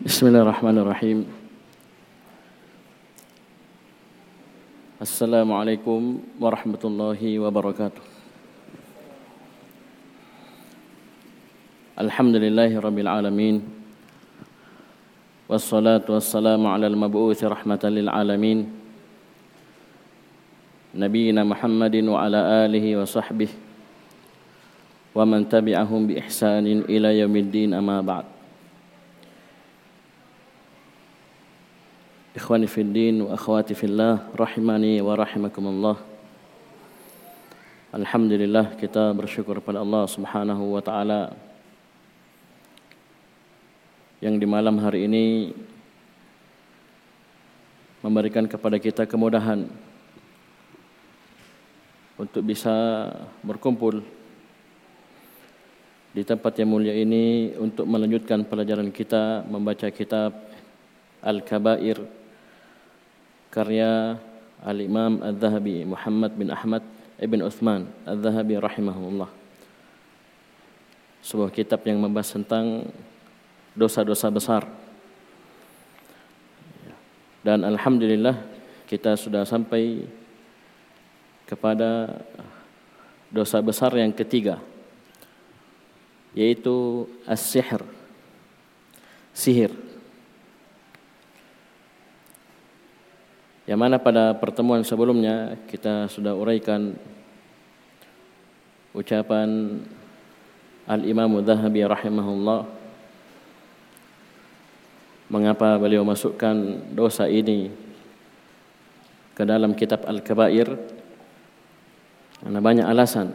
Bismillahirrahmanirrahim. Assalamualaikum warahmatullahi wabarakatuh. Alhamdulillahi rabbil alamin. Wassalatu wassalamu ala al-mab'uthi rahmatan lil alamin. Nabiyyina Muhammadin wa ala alihi wa sahbihi wa man tabi'ahum bi ihsanin ila yaumiddin, amma ba'd. Ikhwani fid din wa akhwati fillah, rahimani wa rahimakumullah. Alhamdulillah, kita bersyukur kepada Allah Subhanahu wa taala yang di malam hari ini memberikan kepada kita kemudahan untuk bisa berkumpul di tempat yang mulia ini untuk melanjutkan pelajaran kita membaca kitab Al-Kabair karya Al-Imam Al-Zahabi, Muhammad bin Ahmad ibn Uthman Al-Zahabi rahimahullah. Sebuah kitab yang membahas tentang dosa-dosa besar. Dan alhamdulillah kita sudah sampai kepada dosa besar yang ketiga, yaitu as-sihr, sihir. Yang mana pada pertemuan sebelumnya kita sudah uraikan ucapan Al-Imam Al-Zahabi rahimahullah, mengapa beliau masukkan dosa ini ke dalam kitab Al-Kabair. Karena banyak alasan.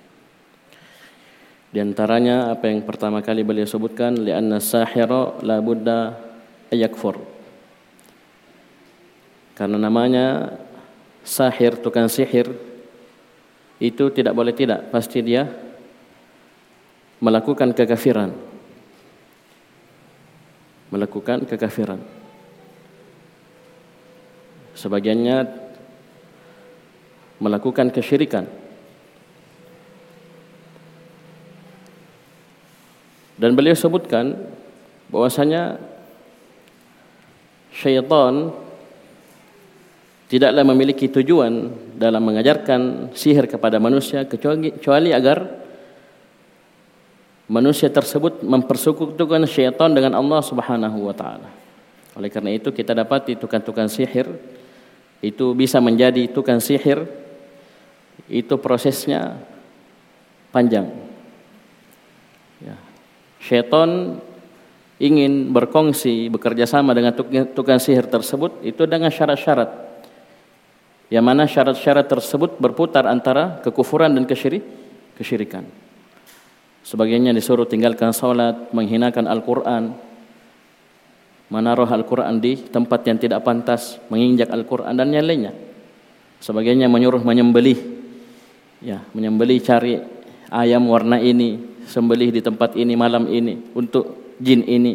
Di antaranya apa yang pertama kali beliau sebutkan, li'anna sahira la budda ayakfur. Karena namanya sahir, tukang sihir, itu tidak boleh tidak, pasti dia melakukan kekafiran. Melakukan kekafiran. Sebagiannya melakukan kesyirikan. Dan beliau sebutkan bahwasanya syaitan tidaklah memiliki tujuan dalam mengajarkan sihir kepada manusia kecuali agar manusia tersebut mempersekutukan syaitan dengan Allah Subhanahu wa taala. Oleh karena itu kita dapati tukang-tukang sihir itu bisa menjadi tukang sihir, itu prosesnya panjang. Ya. Syaitan ingin berkongsi, bekerja sama dengan tukang sihir tersebut itu dengan syarat-syarat. Yang mana syarat-syarat tersebut berputar antara kekufuran dan kesyirikan. Sebagiannya disuruh tinggalkan salat, menghinakan Al-Quran, menaruh Al-Quran di tempat yang tidak pantas, menginjak Al-Quran dan yang lainnya. Sebagiannya menyuruh menyembelih, menyembelih, cari ayam warna ini, sembelih di tempat ini malam ini untuk jin ini.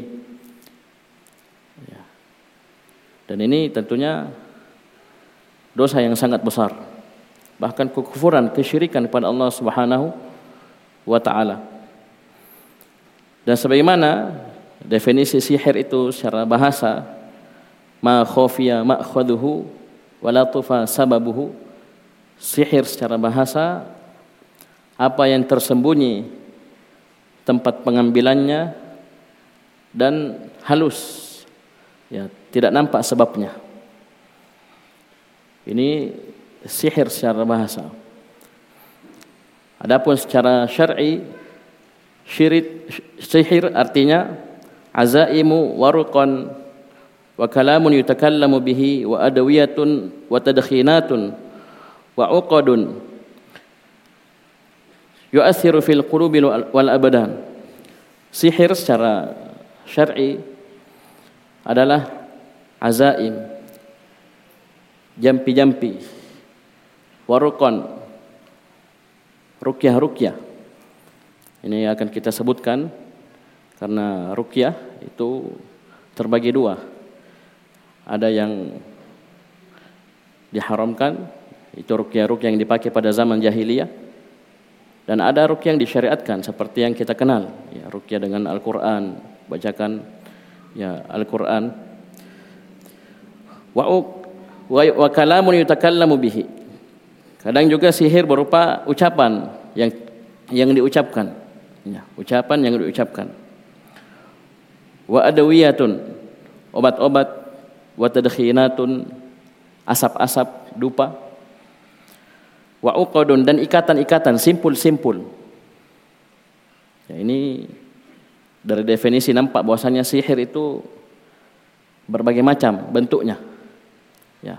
Dan ini tentunya dosa yang sangat besar, bahkan kekufuran, kesyirikan kepada Allah Subhanahu wa taala. Dan sebagaimana definisi sihir itu secara bahasa, ma khafiya ma'khaduhu wa la tufa sababuhu. Sihir secara bahasa apa yang tersembunyi tempat pengambilannya dan halus, tidak nampak sebabnya. Ini sihir secara bahasa. Adapun secara syar'i, sihir artinya azaimu waruqan wa kalamun yutakallamu bihi wa adawiyatun wa tadkhinatun wa uqadun yu'athiru fil qulubi wal abadan. Sihir secara syar'i adalah azaim, jampi-jampi, waruqan, ruqyah-ruqyah. Ini akan kita sebutkan karena ruqyah itu terbagi dua. Ada yang diharamkan, itu ruqyah-ruqyah yang dipakai pada zaman jahiliyah, dan ada ruqyah yang disyariatkan seperti yang kita kenal, ruqyah dengan Al-Quran, bacakan ya Al-Qur'an. Wa kalamun yutakallamu bihi. Kadang juga sihir berupa ucapan yang diucapkan. Ya, ucapan yang diucapkan. Wa adawiyatun, obat-obat, wa tadkhinatun, asap-asap dupa. Wa uqadun, dan ikatan-ikatan, simpul-simpul. Ya, ini dari definisi nampak bahwasanya sihir itu berbagai macam bentuknya. Ya.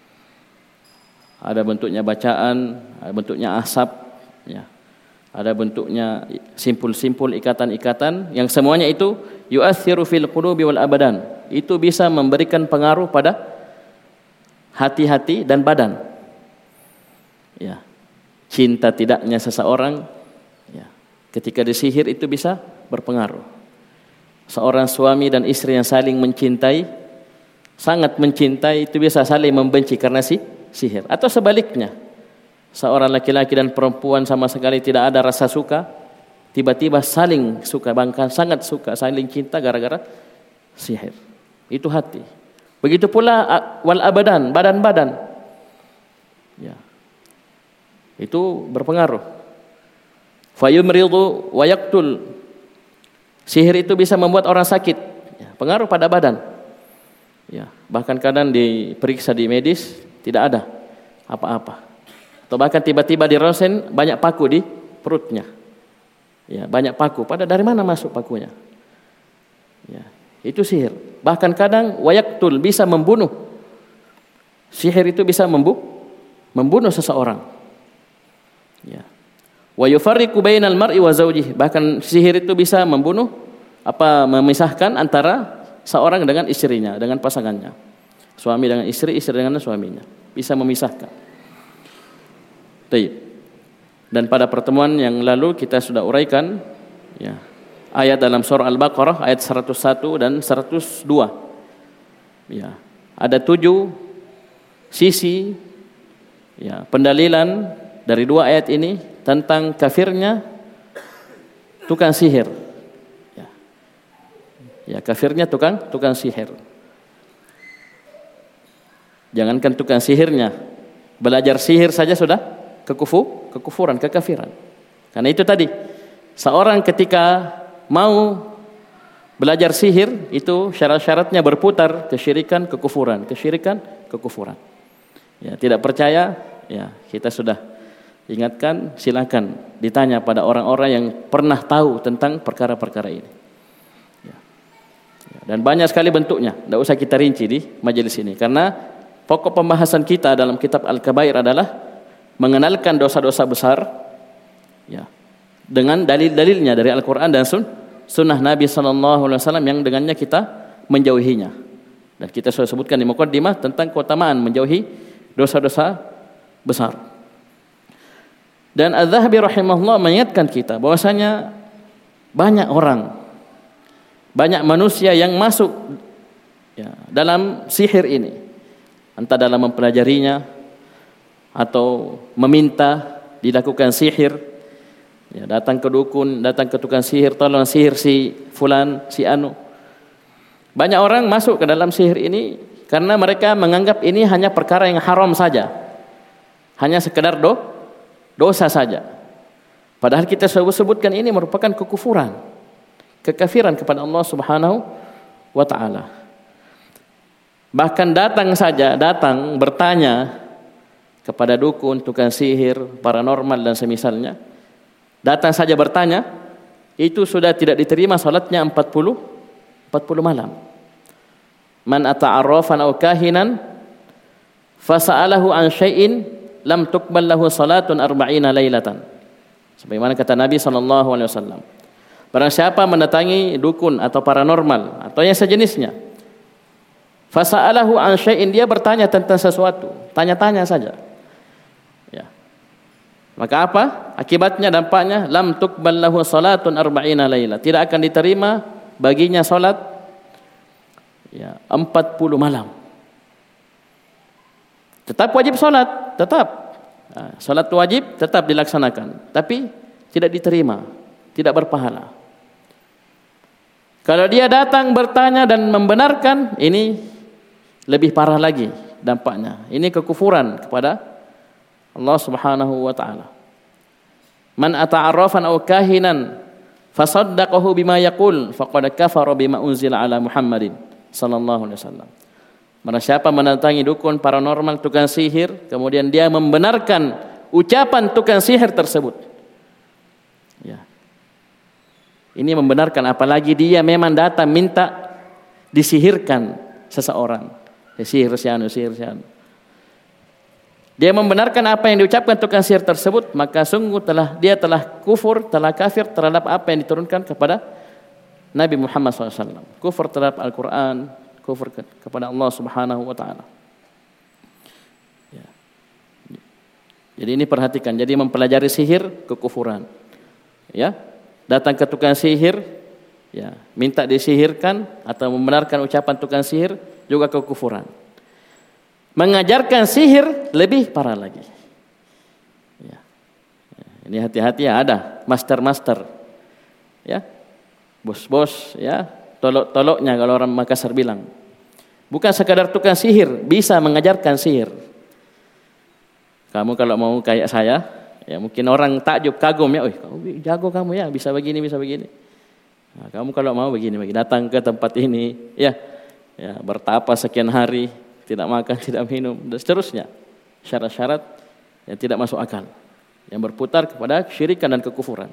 Ada bentuknya bacaan, ada bentuknya asap, ya. Ada bentuknya simpul-simpul, ikatan-ikatan yang semuanya itu yu'athiru fil qulubi wal abadan. Itu bisa memberikan pengaruh pada hati-hati dan badan. Ya. Cinta tidaknya seseorang, ya, ketika disihir itu bisa berpengaruh. Seorang suami dan istri yang saling mencintai, sangat mencintai, itu bisa saling membenci karena sihir. Atau sebaliknya, seorang laki-laki dan perempuan sama sekali tidak ada rasa suka, tiba-tiba saling suka, bahkan sangat suka, saling cinta gara-gara sihir. Itu hati. Begitu pula wal abadan, badan-badan. Ya. Itu berpengaruh. Fayumridu wa yaqtul. Sihir itu bisa membuat orang sakit, ya, pengaruh pada badan. Ya, bahkan kadang diperiksa di medis tidak ada apa-apa. Atau bahkan tiba-tiba di ronsen banyak paku di perutnya. Ya, banyak paku. Pada dari mana masuk pakunya? Ya, itu sihir. Bahkan kadang wayaktul, bisa membunuh. Sihir itu bisa membunuh seseorang. Ya. Wa yufarriqu bainal mar'i wa zawjihi. Bahkan sihir itu bisa memisahkan antara seorang dengan istrinya, dengan pasangannya. Suami dengan istri, istri dengan suaminya. Bisa memisahkan. Baik. Dan pada pertemuan yang lalu kita sudah uraikan, ya, ayat dalam surah Al-Baqarah ayat 101 dan 102. Ya, ada 7 sisi, ya, pendalilan dari 2 ayat ini tentang kafirnya tukang sihir. Ya, ya, kafirnya tukang sihir. Jangankan tukang sihirnya, belajar sihir saja sudah kekufuran, kekafiran. Karena itu tadi, seorang ketika mau belajar sihir itu syarat-syaratnya berputar kesyirikan, kekufuran, kesyirikan, kekufuran. Ya, tidak percaya, ya, kita sudah ingatkan, silakan ditanya pada orang-orang yang pernah tahu tentang perkara-perkara ini. Ya. Ya, dan banyak sekali bentuknya, tidak usah kita rinci di majelis ini, karena pokok pembahasan kita dalam kitab Al-Kabair adalah mengenalkan dosa-dosa besar, ya, dengan dalil-dalilnya dari Al-Quran dan Sunnah Nabi SAW yang dengannya kita menjauhinya. Dan kita sudah sebutkan di muqaddimah tentang keutamaan menjauhi dosa-dosa besar. Dan Az-Zahabi rahimahullah mengingatkan kita bahwasanya banyak orang, banyak manusia yang masuk, ya, dalam sihir ini, entah dalam mempelajarinya atau meminta dilakukan sihir, ya, datang ke dukun, datang ke tukang sihir, tolong sihir si fulan, si anu. Banyak orang masuk ke dalam sihir ini karena mereka menganggap ini hanya perkara yang haram saja, hanya sekedar dosa saja. Padahal kita selalu sebutkan ini merupakan kekufuran, kekafiran kepada Allah Subhanahu wa taala. Bahkan datang bertanya kepada dukun, tukang sihir, paranormal dan semisalnya. Datang saja bertanya, itu sudah tidak diterima salatnya 40 malam. Man ata'arrafan aw kahinan fasa'alahu an syai'in lam tuqbal lahu salatun 40 lailatan. Sebagaimana kata Nabi SAW. Barang siapa mendatangi dukun atau paranormal atau yang sejenisnya, fasa'alahu an syai'in, dia bertanya tentang sesuatu, tanya-tanya saja. Ya. Maka apa? Akibatnya, dampaknya, lam tuqbal lahu salatun 40 lailatan. Tidak akan diterima baginya salat, ya, 40 malam. Tetap wajib salat, tetap. Salat wajib tetap dilaksanakan, tapi tidak diterima, tidak berpahala. Kalau dia datang bertanya dan membenarkan, ini lebih parah lagi dampaknya. Ini kekufuran kepada Allah Subhanahu wa taala. Man ata'arrafan aw kahinan fasaddaqahu bima yaqul faqad kafara bima unzila ala Muhammadin sallallahu alaihi wasallam. Mana siapa mendatangi dukun, paranormal, tukang sihir, kemudian dia membenarkan ucapan tukang sihir tersebut. Ya. Ini membenarkan, apalagi dia memang datang minta disihirkan seseorang. Sihir si anu. Dia membenarkan apa yang diucapkan tukang sihir tersebut, maka sungguh dia telah kufur, telah kafir terhadap apa yang diturunkan kepada Nabi Muhammad SAW. Kufur terhadap Al-Quran, kufur kepada Allah Subhanahu wa taala. Ya. Jadi ini perhatikan, jadi mempelajari sihir kekufuran. Ya. Datang ke tukang sihir, ya, minta disihirkan atau membenarkan ucapan tukang sihir juga kekufuran. Mengajarkan sihir lebih parah lagi. Ya. Ini hati-hati ya, ada master-master, ya, bos-bos, ya, tolok-toloknya kalau orang Makassar bilang. Bukan sekadar tukang sihir, bisa mengajarkan sihir. Kamu kalau mau kayak saya, ya mungkin orang takjub, kagum ya, kamu jago kamu ya, bisa begini. Nah, kamu kalau mau begini, datang ke tempat ini, ya bertapa sekian hari, tidak makan, tidak minum, dan seterusnya. Syarat-syarat yang tidak masuk akal, yang berputar kepada kesyirikan dan kekufuran.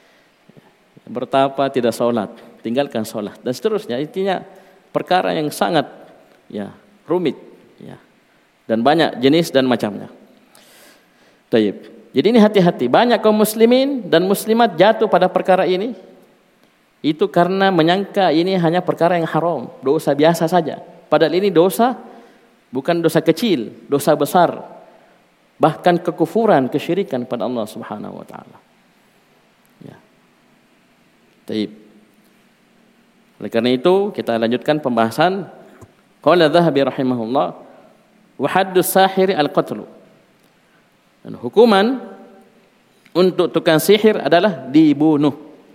Bertapa, tidak sholat, tinggalkan sholat, dan seterusnya. Intinya perkara yang sangat rumit, dan banyak jenis dan macamnya. Taib. Jadi ini hati-hati, banyak kaum muslimin dan muslimat jatuh pada perkara ini. Itu karena menyangka ini hanya perkara yang haram, dosa biasa saja. Padahal ini dosa, bukan dosa kecil, dosa besar. Bahkan kekufuran, kesyirikan pada Allah Subhanahu wa taala. Ya. Taib. Oleh karena itu kita lanjutkan pembahasan. Qala Dzahabi rahimahullah, wa haddus sahiri al-qatlu. Dan hukuman untuk tukang sihir adalah dibunuh.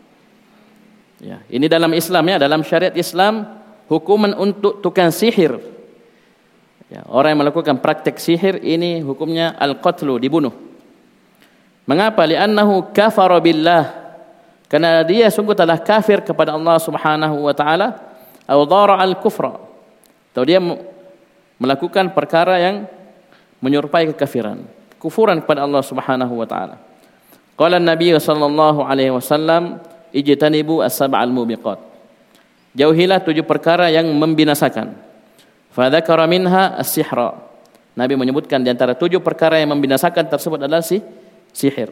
Ya, ini dalam Islam ya, dalam syariat Islam, hukuman untuk tukang sihir. Ya, orang yang melakukan praktek sihir ini hukumnya al-qatlu, dibunuh. Mengapa? Li'annahu kafara billah. Karena dia sungguh telah kafir kepada Allah Subhanahu wa taala, atau dhara al-kufra. Atau dia melakukan perkara yang menyerupai kekafiran. Kufuran kepada Allah Subhanahu wa taala. Qala an-nabiy sallallahu alaihi wasallam, ijtanibu as-sab'al mubiqat. Jauhilah 7 perkara yang membinasakan. Fa dzakara minha as-sihra. Nabi menyebutkan di antara 7 perkara yang membinasakan tersebut adalah sihir.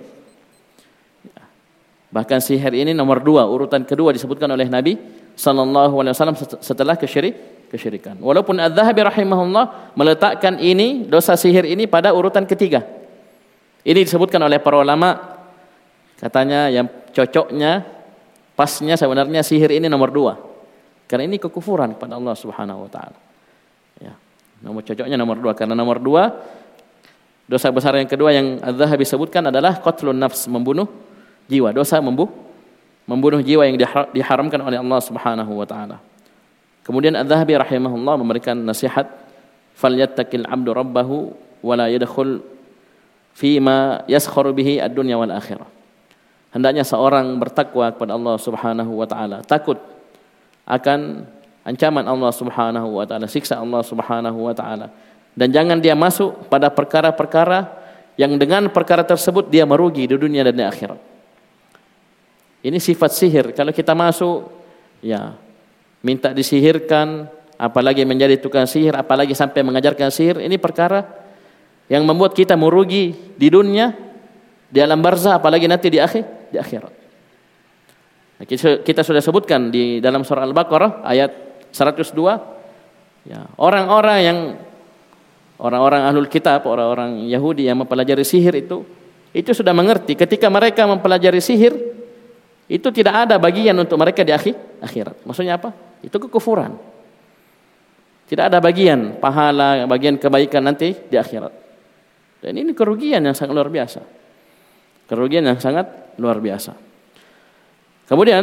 Bahkan sihir ini nomor 2, urutan kedua disebutkan oleh Nabi sallallahu alaihi wasallam setelah kesyirikan. Walaupun Adz-Dzahabi rahimahullah meletakkan ini, dosa sihir ini pada urutan ketiga. Ini disebutkan oleh para ulama, katanya yang cocoknya, pasnya sebenarnya sihir ini nomor 2. Karena ini kekufuran kepada Allah Subhanahu wa taala. Ya. Nomor cocoknya nomor 2 karena nomor 2 dosa besar yang kedua yang Adz-Dzahabi sebutkan adalah qatlun nafs, membunuh jiwa, dosa membunuh jiwa yang diharamkan oleh Allah Subhanahu wa taala. Kemudian Adz-Dzahabi rahimahullah memberikan nasihat, falyattaqil 'abdu rabbahu wa la yadkhul fima yaskharu bihi ad-dunya wal akhirah. Hendaknya seorang bertakwa kepada Allah Subhanahu wa taala, takut akan ancaman Allah Subhanahu wa taala, siksa Allah Subhanahu wa taala, dan jangan dia masuk pada perkara-perkara yang dengan perkara tersebut dia merugi di dunia dan di akhirat. Ini sifat sihir. Kalau kita masuk, ya minta disihirkan, apalagi menjadi tukang sihir, apalagi sampai mengajarkan sihir, ini perkara yang membuat kita merugi di dunia, di alam barzah, apalagi nanti di akhirat. Nah, kita sudah sebutkan di dalam surah Al-Baqarah ayat 102, ya, orang-orang ahlul kitab, orang-orang Yahudi yang mempelajari sihir itu sudah mengerti ketika mereka mempelajari sihir itu tidak ada bagian untuk mereka di akhirat. Maksudnya apa? Itu kekufuran. Tidak ada bagian pahala, bagian kebaikan nanti di akhirat. Dan ini kerugian yang sangat luar biasa. Kerugian yang sangat luar biasa. Kemudian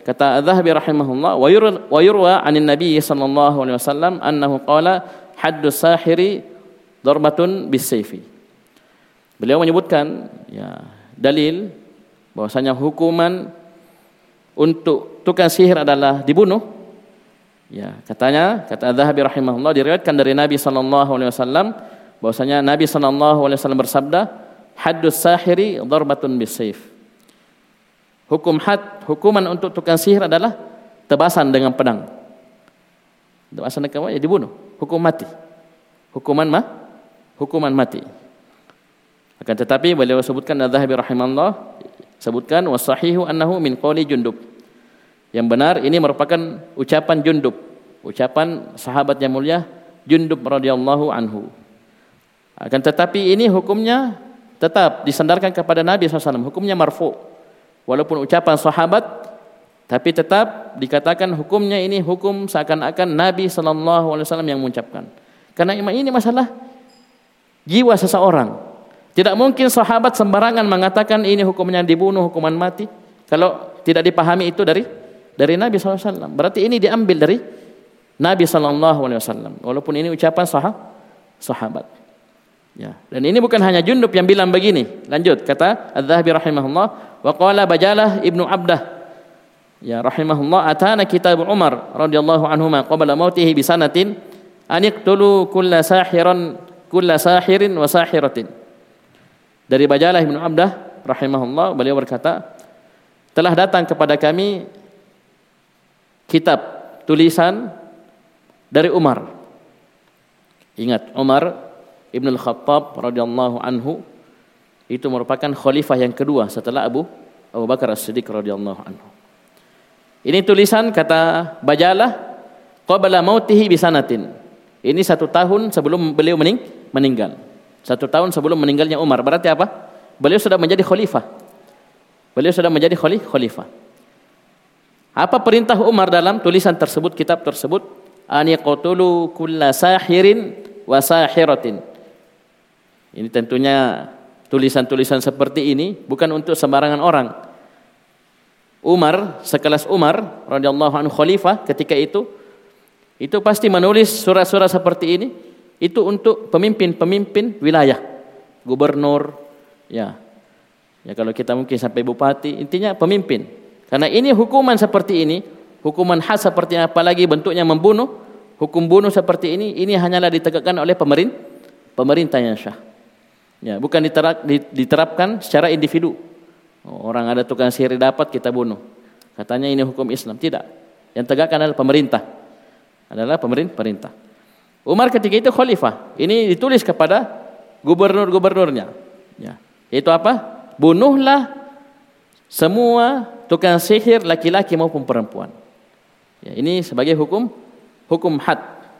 kata Az-Zahabi rahimahullah, wa yurwa 'anin Nabi sallallahu alaihi wasallam annahu qala haddus sahiri darbatun bis-sayfi. Beliau menyebutkan ya dalil bahwasanya hukuman untuk tukang sihir adalah dibunuh. Ya, katanya kata Az-Zahabi rahimahullah diriwayatkan dari Nabi sallallahu alaihi wasallam bahwasanya Nabi sallallahu alaihi wasallam bersabda, haddus sahiri darbatun bis-sayf. Hukuman untuk tukang sihir adalah tebasan dengan pedang. Tebasan dengan pedang, ya dibunuh, hukum mati. Hukuman mati. Akan tetapi beliau sebutkan Az-Zahabi rahimahullah sebutkan wasahihu annahu min qouli Jundub. Yang benar ini merupakan ucapan Jundub, ucapan sahabat yang mulia Jundub radhiyallahu anhu. Akan tetapi ini hukumnya tetap disandarkan kepada Nabi SAW, hukumnya marfu. Walaupun ucapan sahabat, tapi tetap dikatakan hukumnya ini hukum seakan-akan Nabi SAW yang mengucapkan. Karena ini masalah jiwa seseorang. Tidak mungkin sahabat sembarangan mengatakan ini hukumnya dibunuh, hukuman mati. Kalau tidak dipahami itu dari Nabi SAW. Berarti ini diambil dari Nabi SAW. Walaupun ini ucapan sahabat. Ya. Dan ini bukan hanya Jundub yang bilang begini. Lanjut, kata Az-Zahabi rahimahullah, wa qala Bajalah ibnu Abdah, ya rahimahullah, atana kitab Umar radhiyallahu anhuma qabla mautihi bi sanatin an yaqtulu kulla sahirin wa sahiratin. Dari Bajalah ibnu Abdah rahimahullah, beliau berkata, telah datang kepada kami kitab tulisan dari Umar. Ingat, Umar Ibn al-Khattab radhiyallahu anhu itu merupakan khalifah yang kedua setelah Abu Bakar As-Siddiq radhiyallahu anhu. Ini tulisan kata Bajalah qabla mautihi bi sanatin. Ini 1 tahun sebelum beliau meninggal. 1 tahun sebelum meninggalnya Umar. Berarti apa? Beliau sudah menjadi khalifah. Khalifah. Apa perintah Umar dalam tulisan tersebut, kitab tersebut? An yaqtulu kulla sahirin wa sahiratin. Ini tentunya tulisan-tulisan seperti ini bukan untuk sembarangan orang. Umar, sekelas Umar radhiyallahu anhu khalifah ketika itu pasti menulis surat-surat seperti ini itu untuk pemimpin wilayah, gubernur, ya. Ya kalau kita mungkin sampai bupati, intinya pemimpin. Karena ini hukuman seperti ini, hukuman had seperti ini, apalagi bentuknya membunuh, hukum bunuh seperti ini hanyalah ditegakkan oleh pemerintah yang syah. Ya, bukan diterapkan secara individu. Orang ada tukang sihir dapat kita bunuh. Katanya ini hukum Islam. Tidak. Yang tegakkan adalah pemerintah. Pemerintah. Umar ketika itu khalifah. Ini ditulis kepada gubernur-gubernurnya. Ya. Itu apa? Bunuhlah semua tukang sihir laki-laki maupun perempuan. Ya, ini sebagai hukum had.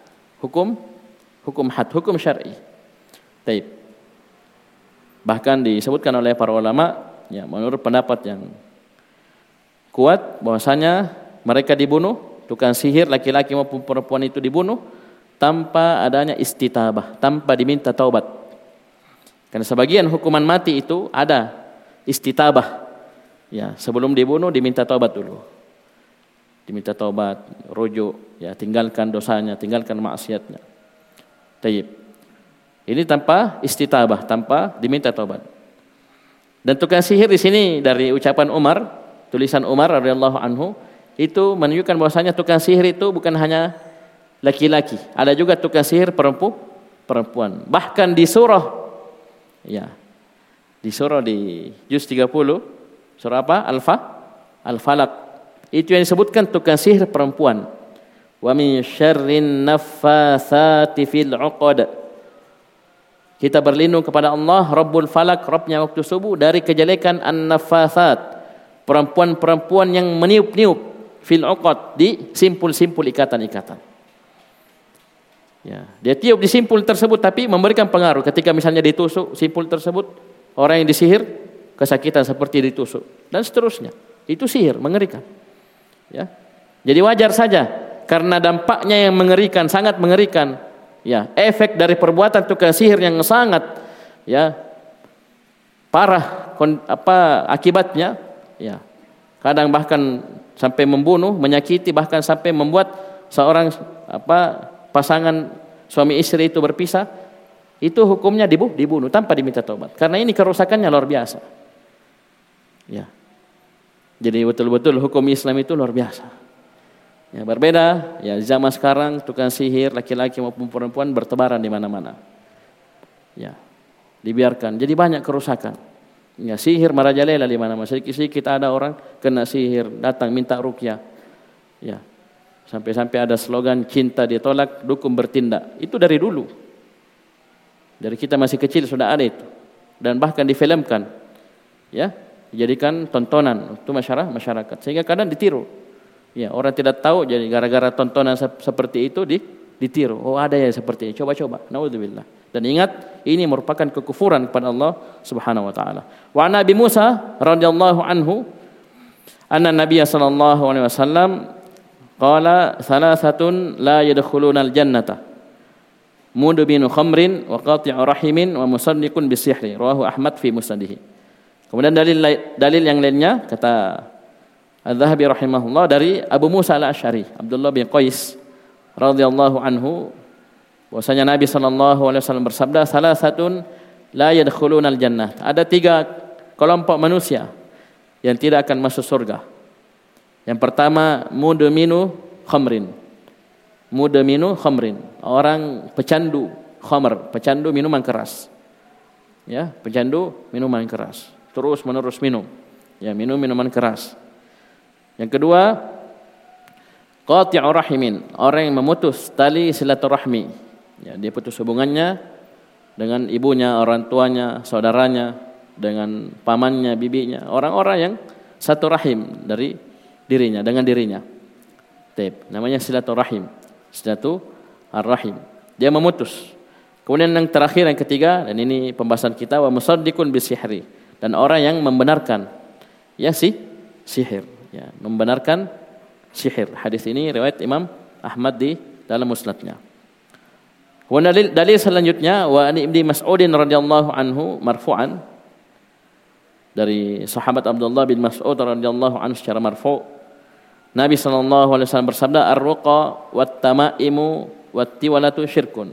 Hukum had, hukum syar'i. Baik. Bahkan disebutkan oleh para ulama, ya, menurut pendapat yang kuat bahwasanya mereka dibunuh, tukang sihir laki-laki maupun perempuan itu dibunuh tanpa adanya istitabah, tanpa diminta taubat. Karena sebagian hukuman mati itu ada istitabah. Ya, sebelum dibunuh diminta taubat dulu. Diminta taubat, rujuk, ya, tinggalkan dosanya, tinggalkan maksiatnya. Tayyib. Ini tanpa istitabah, tanpa diminta taubat. Dan tukang sihir di sini dari ucapan Umar, tulisan Umar radhiyallahu anhu, itu menunjukkan bahwasanya tukang sihir itu bukan hanya laki-laki, ada juga tukang sihir perempuan. Bahkan di surah, ya, di surah di juz 30, surah apa? Al-Falaq. Itu yang disebutkan tukang sihir perempuan. Wa min syarrin naffatsati fil 'uqad. Kita berlindung kepada Allah Rabbul Falak, Rabbnya waktu subuh, dari kejelekan an-naffatsat, perempuan-perempuan yang meniup-niup fil 'uqad, di simpul-simpul ikatan-ikatan. Ya, dia tiup di simpul tersebut tapi memberikan pengaruh. Ketika misalnya ditusuk simpul tersebut, orang yang disihir kesakitan seperti ditusuk dan seterusnya. Itu sihir, mengerikan. Ya. Jadi wajar saja karena dampaknya yang mengerikan, sangat mengerikan. Ya, efek dari perbuatan tukang sihir yang sangat, ya, parah akibatnya, ya. Kadang bahkan sampai membunuh, menyakiti, bahkan sampai membuat seorang pasangan suami istri itu berpisah, itu hukumnya dibunuh tanpa diminta taubat. Karena ini kerusakannya luar biasa. Ya. Jadi betul-betul hukum Islam itu luar biasa. Ya, berbeda ya zaman sekarang tukang sihir laki-laki maupun perempuan bertebaran di mana-mana. Ya. Dibiarkan. Jadi banyak kerusakan. Ya, sihir merajalela di mana-mana. Sedikit-sedikit ada orang kena sihir, datang minta ruqyah. Ya. Sampai-sampai ada slogan cinta ditolak, dukun bertindak. Itu dari dulu. Dari kita masih kecil sudah ada itu. Dan bahkan difilmkan. Ya, dijadikan tontonan untuk masyarakat. Sehingga kadang ditiru. Ya, orang tidak tahu jadi gara-gara tontonan seperti itu ditiru. Oh, ada ya seperti ini. Coba-coba. Naudzubillah. Dan ingat, ini merupakan kekufuran kepada Allah Subhanahu wa taala. Wa Nabi Musa radhiyallahu anhu anna Nabiy sallallahu alaihi wasallam qala thalathatun la yadkhulunal jannata mudminu khamrin wa qati'u rahimin wa musaddiqun bisihri rawahu Ahmad fi musnadihi. Kemudian dalil yang lainnya kata Az-Zahabi rahimahullah dari Abu Musa al-Asy'ari Abdullah bin Qais radhiyallahu anhu bahwasanya Nabi sallallahu alaihi wasallam bersabda salasatun la yadkhulunal jannah. Ada 3 kelompok manusia yang tidak akan masuk surga. Yang pertama mudminu khamrin. Mudminu khamrin, orang pecandu khamr, pecandu minuman keras. Ya, pecandu minuman keras. Terus-menerus minum. Ya, minum minuman keras. Yang kedua, qati'u rahimin, orang yang memutus tali silaturahmi. Ya, dia putus hubungannya dengan ibunya, orang tuanya, saudaranya, dengan pamannya, bibinya, orang-orang yang satu rahim dari dirinya, dengan dirinya. Namanya silaturahim. Silaturahim. Dia memutus. Kemudian yang terakhir, yang ketiga, dan ini pembahasan kita, wa musaddiqun bisihri, dan orang yang membenarkan ya sihir, ya, membenarkan sihir. Hadis ini riwayat Imam Ahmad di dalam musnadnya. Dalil selanjutnya wa an Ibnu Mas'udin radhiyallahu anhu marfu'an, dari sahabat Abdullah bin Mas'ud radhiyallahu anhu secara marfu', Nabi sallallahu alaihi wasallam bersabda ar-ruqa wat-tamaimu wat-tiwalatu syirkun.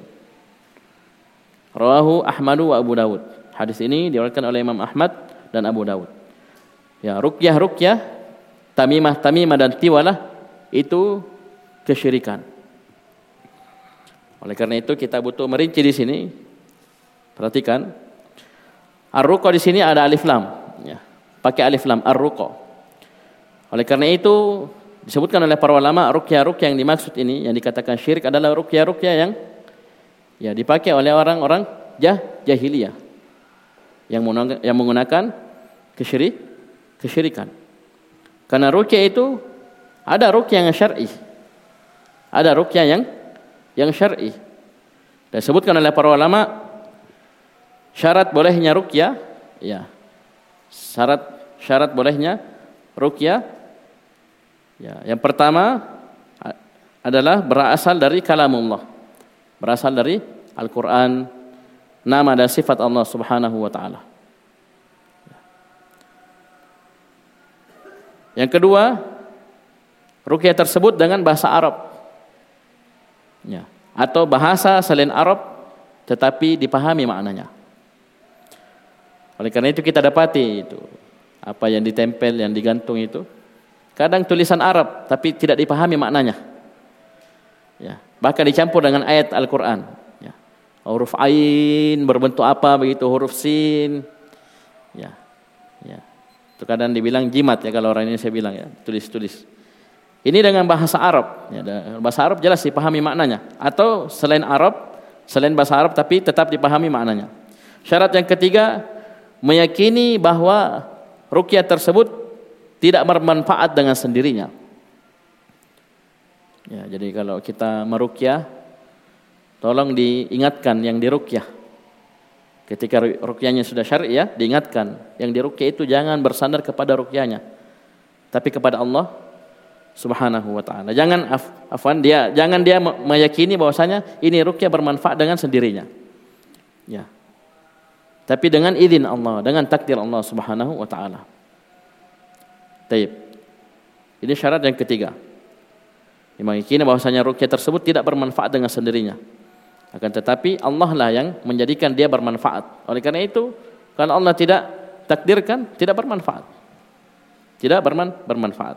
Rawahu Ahmad wa Abu Dawud. Hadis ini diriwayatkan oleh Imam Ahmad dan Abu Dawud. Ya, ruqyah, tamimah dan tiwalah itu kesyirikan. Oleh karena itu kita butuh merinci di sini. Perhatikan. Ar-ruqa di sini ada alif lam, ya. Pakai alif lam ar-ruqa. Oleh karena itu disebutkan oleh para ulama ruqyah yang dimaksud ini yang dikatakan syirik adalah ruqyah yang ya dipakai oleh orang-orang jahiliyah yang menggunakan kesyirikan. Karena ruqyah itu ada ruqyah yang syar'i. Ada ruqyah yang syar'i. Dan disebutkan oleh para ulama syarat bolehnya ruqyah, ya. Syarat bolehnya ruqyah, ya, yang pertama adalah berasal dari kalamullah, berasal dari Al-Quran, nama dan sifat Allah Subhanahu wa ta'ala. Yang kedua, ruqyah tersebut dengan bahasa Arab, ya, atau bahasa selain Arab tetapi dipahami maknanya. Oleh karena itu kita dapati itu apa yang ditempel, yang digantung itu kadang tulisan Arab tapi tidak dipahami maknanya. Ya, bahkan dicampur dengan ayat Al-Qur'an, ya. Huruf ain berbentuk apa begitu, huruf sin. Ya. Ya. Itu kadang dibilang jimat, ya, kalau orang ini saya bilang, ya, tulis. Ini dengan bahasa Arab, ya, bahasa Arab jelas dipahami maknanya, atau selain bahasa Arab tapi tetap dipahami maknanya. Syarat yang ketiga, meyakini bahwa ruqyah tersebut tidak bermanfaat dengan sendirinya. Ya, jadi kalau kita meruqyah, tolong diingatkan yang diruqyah. Ketika ruqyahnya sudah syar'i, ya, diingatkan yang diruqyah itu jangan bersandar kepada ruqyahnya, tapi kepada Allah Subhanahu wa ta'ala. Jangan dia meyakini bahwasanya ini ruqyah bermanfaat dengan sendirinya. Ya. Tapi dengan izin Allah, dengan takdir Allah Subhanahu wa ta'ala. Taib. Ini syarat yang ketiga. Yang meyakini bahwasanya ruqyah tersebut tidak bermanfaat dengan sendirinya. Akan tetapi Allah lah yang menjadikan dia bermanfaat. Oleh karena itu, kalau Allah tidak takdirkan, tidak bermanfaat. Tidak bermanfaat.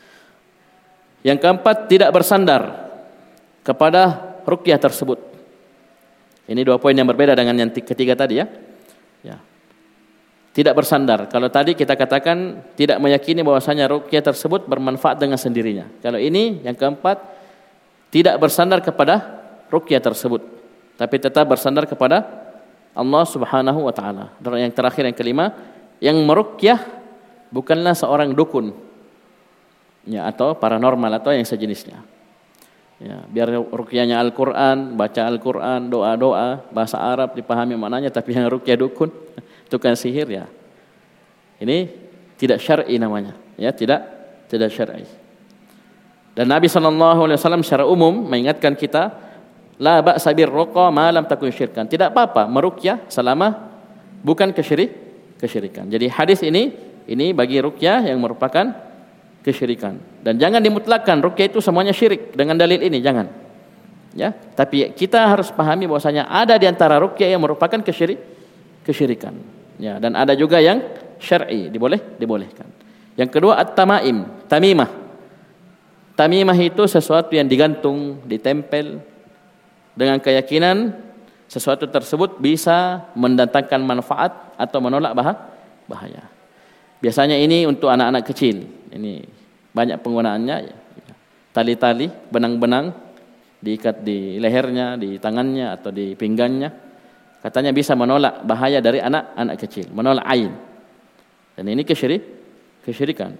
Yang keempat, tidak bersandar kepada ruqyah tersebut. Ini 2 poin yang berbeda dengan yang ketiga tadi ya. Ya. Tidak bersandar. Kalau tadi kita katakan tidak meyakini bahwasanya ruqyah tersebut bermanfaat dengan sendirinya. Kalau ini yang keempat, tidak bersandar kepada ruqyah tersebut, tapi tetap bersandar kepada Allah Subhanahu wa taala. Dan yang terakhir, yang kelima, yang meruqyah bukanlah seorang dukun ya, atau paranormal atau yang sejenisnya. Ya, biar ruqyahnya Al-Qur'an, baca Al-Qur'an, doa-doa, bahasa Arab dipahami maknanya, tapi yang ruqyah dukun, tukang sihir ya. Ini tidak syar'i namanya, ya, tidak syar'i. Dan Nabi SAW secara umum mengingatkan kita, la ba'sa birruqa ma lam takun syirkan. Tidak apa-apa meruqyah selama bukan kesyirikan. Jadi hadis ini bagi ruqyah yang merupakan kesyirikan. Dan jangan dimutlakkan ruqyah itu semuanya syirik dengan dalil ini, jangan. Ya, tapi kita harus pahami bahwasanya ada di antara ruqyah yang merupakan kesyirikan. Ya, dan ada juga yang syar'i, dibolehkan. Yang kedua at-tamaim, tamimah. Tamimah itu sesuatu yang digantung, ditempel dengan keyakinan sesuatu tersebut bisa mendatangkan manfaat atau menolak bahaya. Biasanya ini untuk anak-anak kecil. Ini banyak penggunaannya. Tali-tali, benang-benang diikat di lehernya, di tangannya atau di pinggangnya. Katanya bisa menolak bahaya dari anak-anak kecil, menolak ain. Dan ini kesyirikan.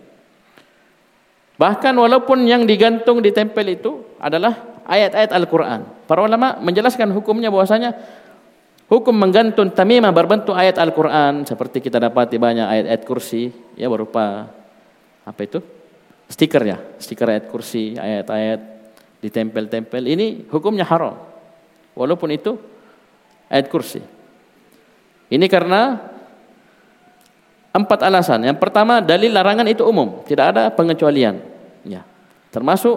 Bahkan walaupun yang digantung, ditempel itu adalah ayat-ayat Al-Quran. Para ulama menjelaskan hukumnya bahwasanya hukum menggantung tamimah berbentuk ayat Al-Quran, seperti kita dapati banyak ayat-ayat kursi ya, berupa apa itu? Stiker ayat kursi, ayat-ayat ditempel-tempel. Ini hukumnya haram. Walaupun itu ayat kursi. Ini karena 4 alasan. Yang pertama, dalil larangan itu umum, tidak ada pengecualian. Ya. Termasuk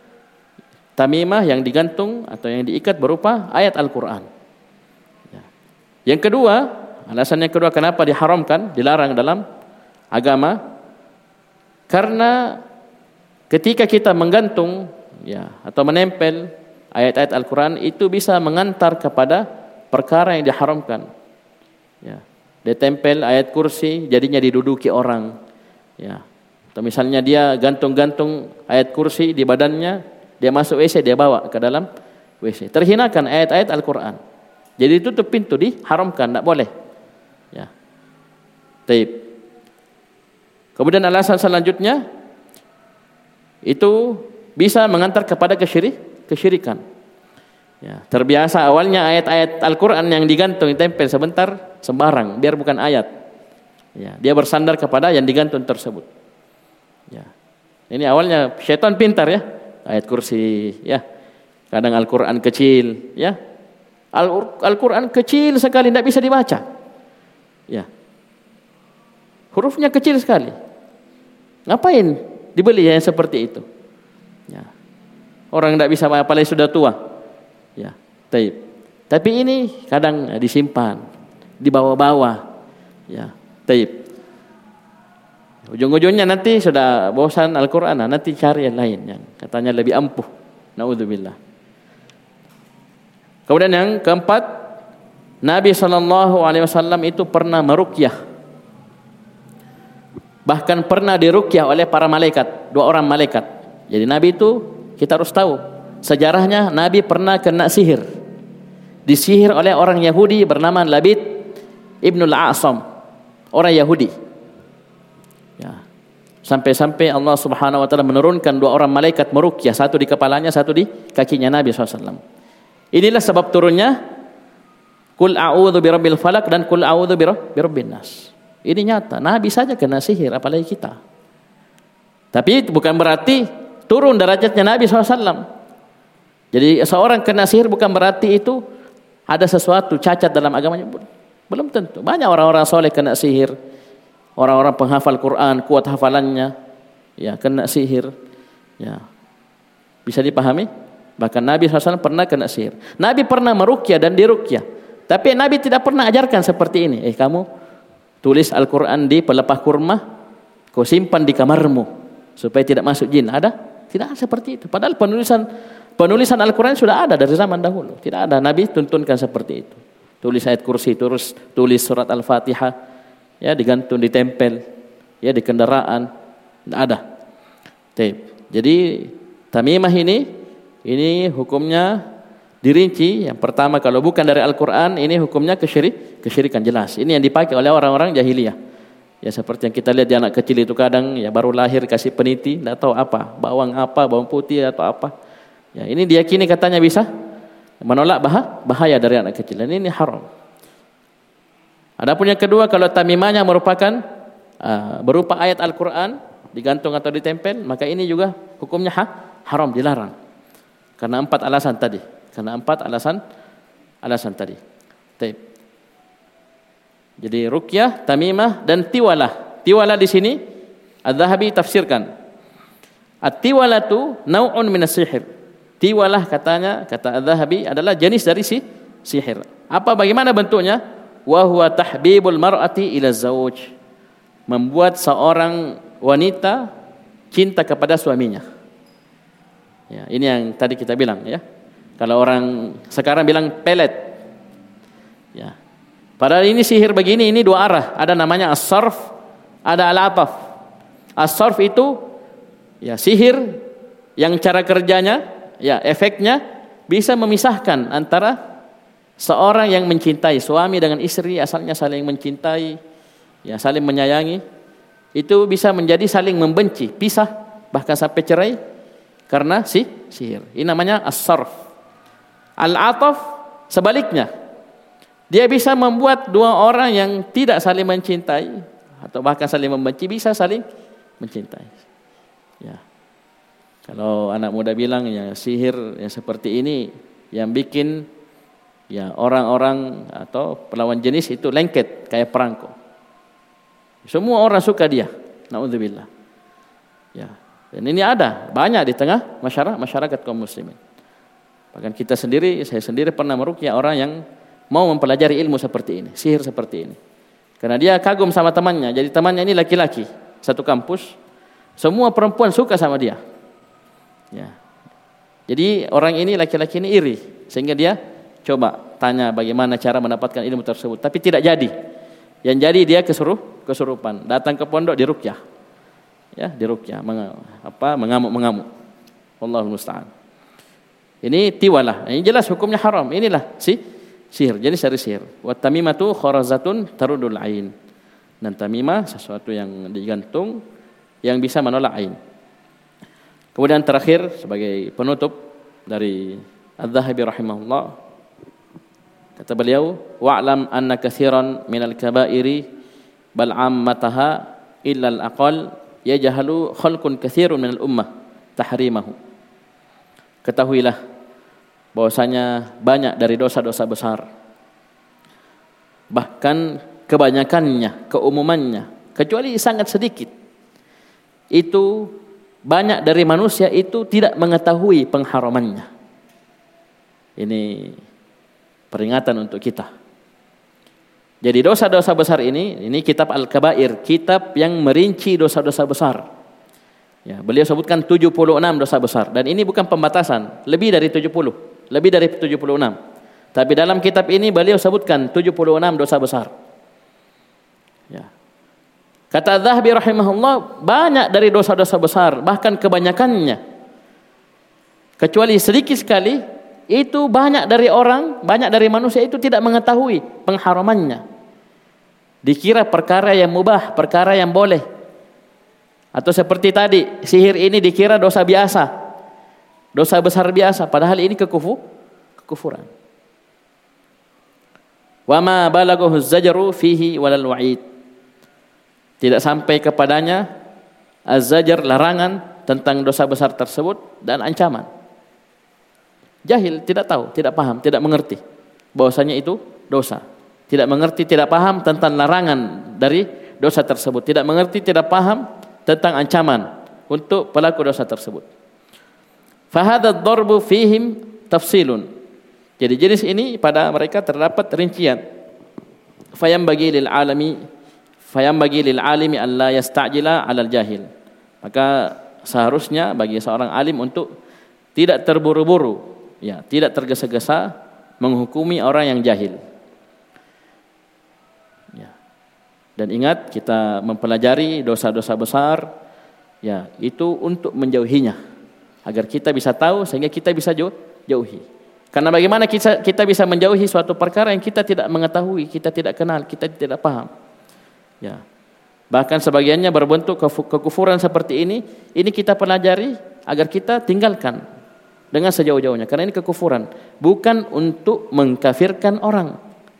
tamimah yang digantung atau yang diikat berupa ayat Al-Quran. Ya. Yang kedua, alasan yang kedua kenapa diharamkan, dilarang dalam agama, karena ketika kita menggantung ya atau menempel ayat-ayat Al-Quran itu bisa mengantar kepada perkara yang diharamkan. Ya. Ditempel ayat kursi, jadinya diduduki orang. Ya. Atau misalnya dia gantung-gantung ayat kursi di badannya, dia masuk WC, dia bawa ke dalam WC. Terhinakan ayat-ayat Al-Quran. Jadi tutup pintu, diharamkan, tidak boleh. Ya. Taib. Kemudian alasan selanjutnya itu bisa mengantar kepada kesyirikan. Ya, terbiasa awalnya ayat-ayat Al-Quran yang digantung, ditempel sebentar, sembarang, biar bukan ayat. Ya, dia bersandar kepada yang digantung tersebut. Ya. Ini awalnya syaitan pintar ya, ayat kursi ya. Kadang Al-Quran kecil ya. Al-Quran kecil sekali, tidak bisa dibaca. Ya. Hurufnya kecil sekali. Ngapain dibeli yang seperti itu? Ya. Orang tidak bisa, apalagi sudah tua. Ya, taib. Tapi ini kadang disimpan, dibawa-bawa. Ya, taib. Ujung-ujungnya nanti sudah bosan Al-Quran, nanti cari yang lain yang katanya lebih ampuh. Naudzubillah. Kemudian yang keempat, Nabi SAW itu pernah meruqyah. Bahkan pernah diruqyah oleh para malaikat, 2 orang malaikat. Jadi Nabi itu kita harus tahu sejarahnya, Nabi pernah kena sihir. Disihir oleh orang Yahudi bernama Labid Ibnul A'sam, orang Yahudi. Ya. Sampai-sampai Allah Subhanahu wa taala menurunkan 2 orang malaikat meruqyah, satu di kepalanya, satu di kakinya Nabi SAW. Inilah sebab turunnya Qul a'udzu birabbil falaq dan Qul a'udzu birabbin nas. Ini nyata, Nabi saja kena sihir, apalagi kita. Tapi itu bukan berarti turun derajatnya Nabi SAW. Jadi seorang kena sihir bukan berarti itu ada sesuatu cacat dalam agamanya. Belum tentu. Banyak orang-orang soleh kena sihir. Orang-orang penghafal Quran, kuat hafalannya. ya kena sihir. Ya. Bisa dipahami? Bahkan Nabi SAW pernah kena sihir. Nabi pernah meruqyah dan diruqyah. Tapi Nabi tidak pernah ajarkan seperti ini. Kamu tulis Al-Quran di pelepah kurma, kau simpan di kamarmu supaya tidak masuk jin. Ada? Tidak seperti itu. Padahal penulisan Al-Quran sudah ada dari zaman dahulu. Tidak ada. Nabi tuntunkan seperti itu. Tulis ayat kursi, tulis surat Al-Fatihah, ya digantung, ditempel, ya di kendaraan. Tidak ada. Jadi tamimah ini hukumnya dirinci. Yang pertama, kalau bukan dari Al-Quran, ini hukumnya kesyirikan jelas. Ini yang dipakai oleh orang-orang jahiliyah. Ya seperti yang kita lihat di anak kecil itu kadang ya baru lahir kasih peniti, tidak tahu apa, bawang putih atau apa. Ya ini diyakini katanya bisa menolak bahaya dari anak kecil. Dan ini haram. Adapun yang kedua, kalau tamimahnya merupakan berupa ayat Al-Quran digantung atau ditempel, maka ini juga hukumnya haram, dilarang. Karena 4 alasan tadi. Jadi ruqyah, tamimah dan tiwalah. Tiwalah di sini Az-Zahabi tafsirkan. At-tiwalatu nau'un minas sihir. Tiwalah kata Az-Zahabi adalah jenis dari sihir. Bagaimana bentuknya? Wa huwa tahbibul mar'ati ila zauj. Membuat seorang wanita cinta kepada suaminya. Ya, ini yang tadi kita bilang ya. Kalau orang sekarang bilang pelet. Ya. Padahal ini sihir begini, ini 2 arah. Ada namanya as-sarf, ada al-ataf. As-sarf itu ya sihir yang cara kerjanya, ya efeknya bisa memisahkan antara seorang yang mencintai, suami dengan istri asalnya saling mencintai, ya saling menyayangi, itu bisa menjadi saling membenci, pisah, bahkan sampai cerai karena sihir. Ini namanya as-sarf. Al-ataf sebaliknya. Dia bisa membuat 2 orang yang tidak saling mencintai atau bahkan saling membenci bisa saling mencintai. Ya. Kalau anak muda bilang ya sihir yang seperti ini yang bikin ya orang-orang atau pelawan jenis itu lengket kayak perangko. Semua orang suka dia. Nauzubillah. Ya. Dan ini ada banyak di tengah masyarakat kaum muslimin. Bahkan saya sendiri pernah meruqyah orang yang mau mempelajari ilmu seperti ini, sihir seperti ini. Karena dia kagum sama temannya. Jadi temannya ini laki-laki, satu kampus. Semua perempuan suka sama dia. Ya. Jadi orang ini laki-laki ini iri, sehingga dia coba tanya bagaimana cara mendapatkan ilmu tersebut, tapi tidak jadi. Yang jadi dia kesurupan, datang ke pondok diruqyah. Ya, diruqyah, mengamuk-mengamuk. Wallahul musta'an. Ini tiwalah. Ini jelas hukumnya haram. Inilah sihir, jenis dari sihir. Wa tamimatu kharazatun tarudul ain. Dan tamimah sesuatu yang digantung yang bisa menolak ain. Kemudian terakhir sebagai penutup dari Az-Zahabi rahimahullah, kata beliau, wa'lam anna katsiran minal kaba'iri bal 'ammataha illa al-aqal yajhalu khalqun katsirun minal ummah tahrimahu. Ketahuilah bahwasanya banyak dari dosa-dosa besar, bahkan kebanyakannya, keumumannya, kecuali sangat sedikit, itu banyak dari manusia itu tidak mengetahui pengharamannya. Ini peringatan untuk kita. Jadi dosa-dosa besar ini kitab Al-Kabair, kitab yang merinci dosa-dosa besar. Ya, beliau sebutkan 76 dosa besar, dan ini bukan pembatasan, lebih dari 76. Tapi dalam kitab ini beliau sebutkan 76 dosa besar. Ya. Kata Az-Zahabi rahimahullah, banyak dari dosa-dosa besar, bahkan kebanyakannya, kecuali sedikit sekali, itu banyak dari manusia itu tidak mengetahui pengharamannya. Dikira perkara yang mubah, perkara yang boleh. Atau seperti tadi, sihir ini dikira dosa biasa, dosa besar biasa, padahal ini kekufuran. Wa ma balaghahu az-zajru fihi walal wa'id. Tidak sampai kepadanya az-zajr, larangan tentang dosa besar tersebut, dan ancaman. Jahil, tidak tahu, tidak paham, tidak mengerti bahwasanya itu dosa. Tidak mengerti, tidak paham tentang larangan dari dosa tersebut. Tidak mengerti, tidak paham tentang ancaman untuk pelaku dosa tersebut. Fahadad darbu fihim tafsilun. Jadi jenis ini pada mereka terdapat rincian. Fayambagi lil alimi an la yasta'jila 'alal jahil. Maka seharusnya bagi seorang alim untuk tidak terburu-buru, ya, tidak tergesa-gesa menghukumi orang yang jahil. Ya. Dan ingat, kita mempelajari dosa-dosa besar, ya, itu untuk menjauhinya, agar kita bisa tahu sehingga kita bisa jauhi. Karena bagaimana kita bisa menjauhi suatu perkara yang kita tidak mengetahui, kita tidak kenal, kita tidak paham. Ya. Bahkan sebagiannya berbentuk kekufuran seperti ini kita pelajari agar kita tinggalkan dengan sejauh-jauhnya. Karena ini kekufuran, bukan untuk mengkafirkan orang.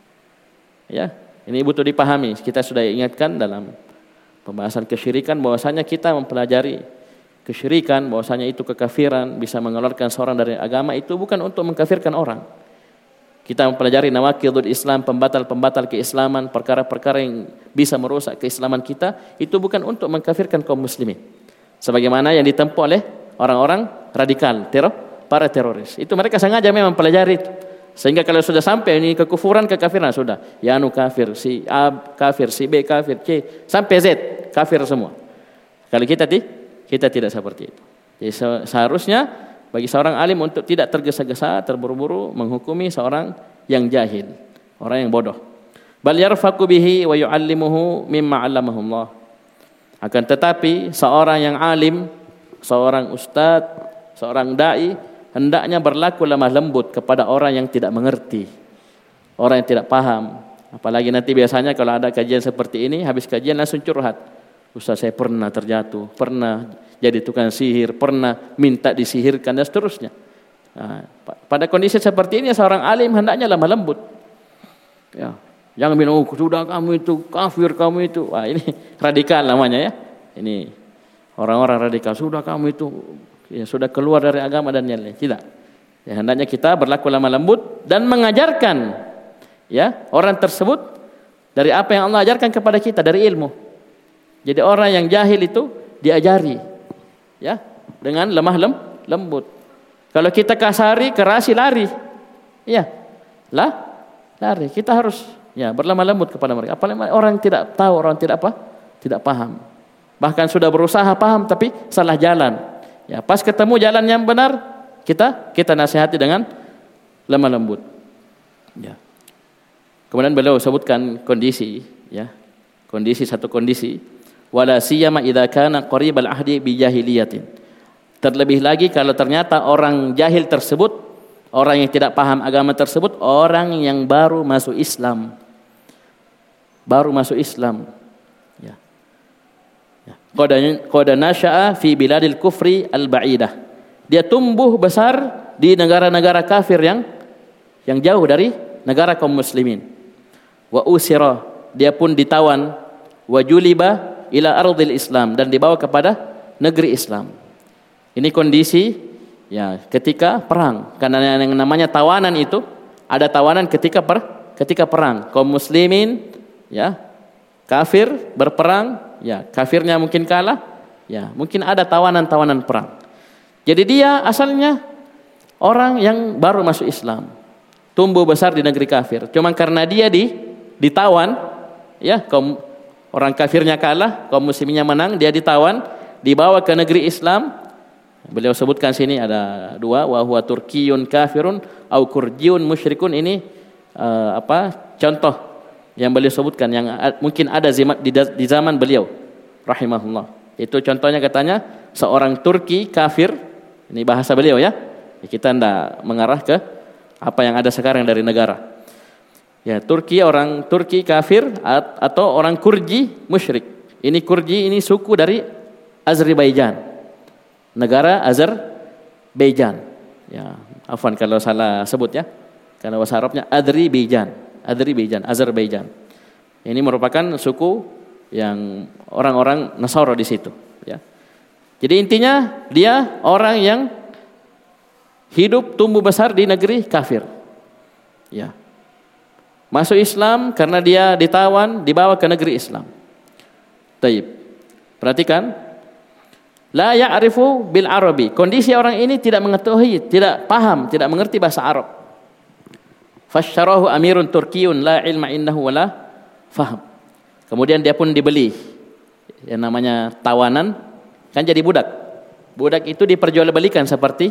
Ya, ini butuh dipahami. Kita sudah ingatkan dalam pembahasan kesyirikan bahwasanya kita mempelajari kesyirikan, bahwasanya itu kekafiran, bisa mengeluarkan seorang dari agama, itu bukan untuk mengkafirkan orang. Kita mempelajari nawaqidul Islam, pembatal-pembatal keislaman, perkara-perkara yang bisa merusak keislaman kita, itu bukan untuk mengkafirkan kaum muslimin. Sebagaimana yang ditempuh oleh orang-orang radikal, para teroris. Itu mereka sengaja memang mempelajari itu. Sehingga kalau sudah sampai ini kekufuran, kekafiran, sudah. Ya anu kafir, si A kafir, si B kafir, C sampai Z kafir semua. Kalau kita tidak seperti itu. Jadi seharusnya bagi seorang alim untuk tidak tergesa-gesa, terburu-buru menghukumi seorang yang jahil, orang yang bodoh. Bal yarfaqu bihi wa yu'allimuhu mimma 'allamahu Allah. Akan tetapi seorang yang alim, seorang ustaz, seorang dai hendaknya berlaku lemah lembut kepada orang yang tidak mengerti, orang yang tidak paham. Apalagi nanti biasanya kalau ada kajian seperti ini, habis kajian langsung curhat. Ustaz, saya pernah terjatuh, pernah jadi tukang sihir, pernah minta disihirkan dan seterusnya. Nah, pada kondisi seperti ini seorang alim hendaknya lemah lembut. Ya, jangan bilang, oh, sudah kamu itu kafir, kamu itu. Wah, ini radikal namanya ya. Ini orang-orang radikal, sudah kamu itu ya, sudah keluar dari agama dan yang lain. Tidak. Ya, hendaknya kita berlaku lemah lembut dan mengajarkan ya orang tersebut dari apa yang Allah ajarkan kepada kita dari ilmu. Jadi orang yang jahil itu diajari ya dengan lemah lembut. Kalau kita kasari, kerasi, lari. Ya. Lari. Kita harus ya berlemah lembut kepada mereka. Apalagi orang tidak tahu, orang tidak paham. Bahkan sudah berusaha paham tapi salah jalan. Ya, pas ketemu jalan yang benar, kita nasihati dengan lemah lembut. Ya. Kemudian beliau sebutkan kondisi ya. Satu kondisi wala siyama idza kana qaribal ahdi bi jahiliyatin. Terlebih lagi kalau ternyata orang jahil tersebut, orang yang tidak paham agama tersebut, orang yang baru masuk Islam. Ya. Qad nasha'a fi biladil kufri al-ba'idah. Dia tumbuh besar di negara-negara kafir yang jauh dari negara kaum muslimin. Wa usira, dia pun ditawan, wa juliba ila ardil Islam, dan dibawa kepada negeri Islam. Ini kondisi ya ketika perang. Karena yang namanya tawanan itu ada tawanan ketika perang. Kaum muslimin ya kafir berperang, ya kafirnya mungkin kalah, ya mungkin ada tawanan perang. Jadi dia asalnya orang yang baru masuk Islam, tumbuh besar di negeri kafir. Cuma karena dia ditawan, ya orang kafirnya kalah, kaum musliminnya menang, dia ditawan, dibawa ke negeri Islam. Beliau sebutkan sini ada dua, wa huwa turkiyun kafirun au kurjiyun musyrikun. Ini contoh yang beliau sebutkan yang mungkin ada di zaman beliau rahimahullah. Itu contohnya katanya seorang Turki kafir, ini bahasa beliau ya. Kita tidak mengarah ke apa yang ada sekarang dari negara. Ya, orang Turki kafir atau orang Kurji musyrik. Ini Kurji, ini suku dari Azerbaijan. Negara Azerbaijan. Ya, afwan kalau salah sebut ya. Karena bahasa Arabnya Azerbaijan. Ini merupakan suku yang orang-orang Nasara di situ, ya. Jadi intinya dia orang yang hidup tumbuh besar di negeri kafir. Ya. Masuk Islam karena dia ditawan, dibawa ke negeri Islam. Taib. Perhatikan, La ya'rifu bil Arabi. Kondisi orang ini tidak mengetahui, tidak paham, tidak mengerti bahasa Arab. Fasyarahu amirun turkiyun la ilma innahu wala faham. Kemudian dia pun dibeli. Yang namanya tawanan kan jadi budak. Budak itu diperjualbelikan seperti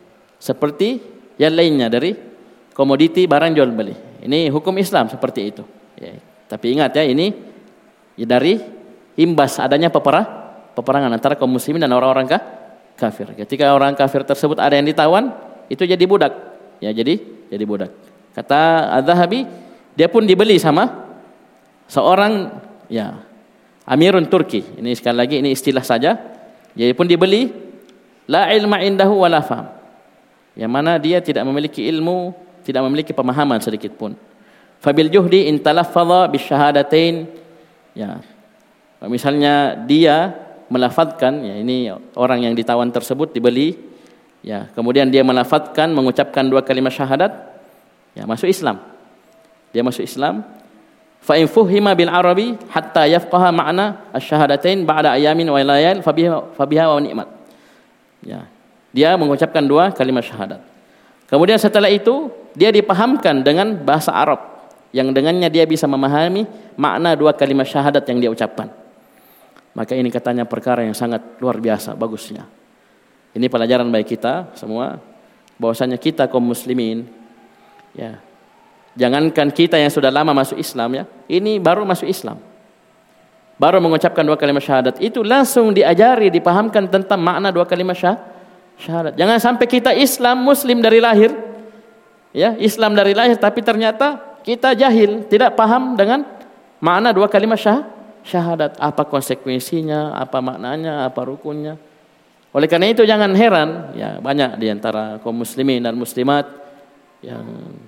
yang lainnya dari komoditi barang jual beli. Ini hukum Islam seperti itu. Ya, tapi ingat ya, ini dari imbas adanya peperangan antara kaum muslimin dan orang-orang kafir. Ketika orang kafir tersebut ada yang ditawan, itu jadi budak. Ya, jadi budak. Kata Az-Zahabi, dia pun dibeli sama seorang ya amirun Turki. Ini sekali lagi ini istilah saja. Jadi pun dibeli, la ilma indahu wala faham. Yang mana dia tidak memiliki ilmu, tidak memiliki pemahaman sedikit pun. Fabil juhdi in talaffadha bisyahadatain. Ya. Misalnya dia melafadzkan, ya ini orang yang ditawan tersebut dibeli, ya, kemudian dia melafadzkan mengucapkan 2 kalimat syahadat, ya masuk Islam. Dia masuk Islam. Fa in fuhima bil arabi hatta yafqaha ma'na asy-syahadatain ba'da ayamin wa layal fabiha wa ni'mat. Ya. Dia mengucapkan 2 kalimat syahadat. Kemudian setelah itu dia dipahamkan dengan bahasa Arab yang dengannya dia bisa memahami makna 2 kalimat syahadat yang dia ucapkan. Maka ini katanya perkara yang sangat luar biasa bagusnya. Ini pelajaran bagi kita semua bahwasanya kita kaum muslimin, ya, jangankan kita yang sudah lama masuk Islam, ya, ini baru masuk Islam, baru mengucapkan 2 kalimat syahadat, itu langsung diajari, dipahamkan tentang makna 2 kalimat syahadat. Jangan sampai kita Islam muslim dari lahir, ya, Islam dari lahir, tapi ternyata kita jahil, tidak paham dengan makna 2 kalimat syahadat, apa konsekuensinya, apa maknanya, apa rukunnya. Oleh karena itu jangan heran, ya, banyak di antara kaum muslimin dan muslimat yang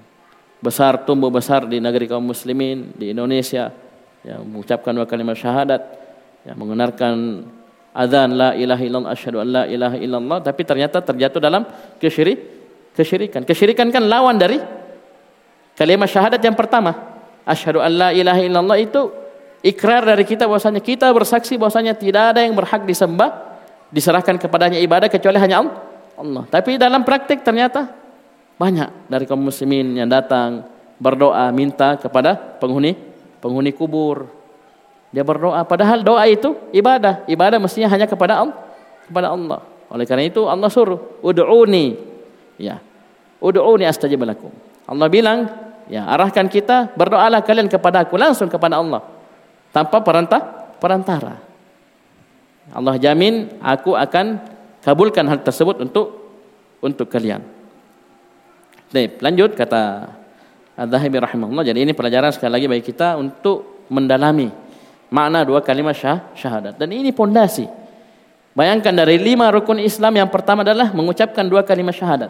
tumbuh besar di negeri kaum muslimin di Indonesia, ya, mengucapkan 2 kalimat syahadat, ya, mengenarkan azan la ilaha illallah asyhadu an la ilaha illallah, tapi ternyata terjatuh dalam kesyirikan. Kesyirikan kan lawan dari kalimat syahadat yang pertama. Asyhadu an la ilaha illallah itu ikrar dari kita bahwasanya kita bersaksi bahwasanya tidak ada yang berhak disembah, diserahkan kepadanya ibadah kecuali hanya Allah. Tapi dalam praktik ternyata banyak dari kaum muslimin yang datang berdoa minta kepada penghuni kubur. Dia berdoa padahal doa itu ibadah. Ibadah mestinya hanya kepada Allah. Oleh karena itu Allah suruh ud'uni. Ya. Ud'uni astajib lakum. Allah bilang, ya, arahkan kita, berdoalah kalian kepada aku, langsung kepada Allah tanpa perantara. Allah jamin aku akan kabulkan hal tersebut untuk kalian. Baik, lanjut kata Az-Zahabi rahimahullah. Jadi ini pelajaran sekali lagi bagi kita untuk mendalami makna 2 kalimat syahadat. Dan ini pondasi. Bayangkan dari 5 rukun Islam yang pertama adalah mengucapkan 2 kalimat syahadat.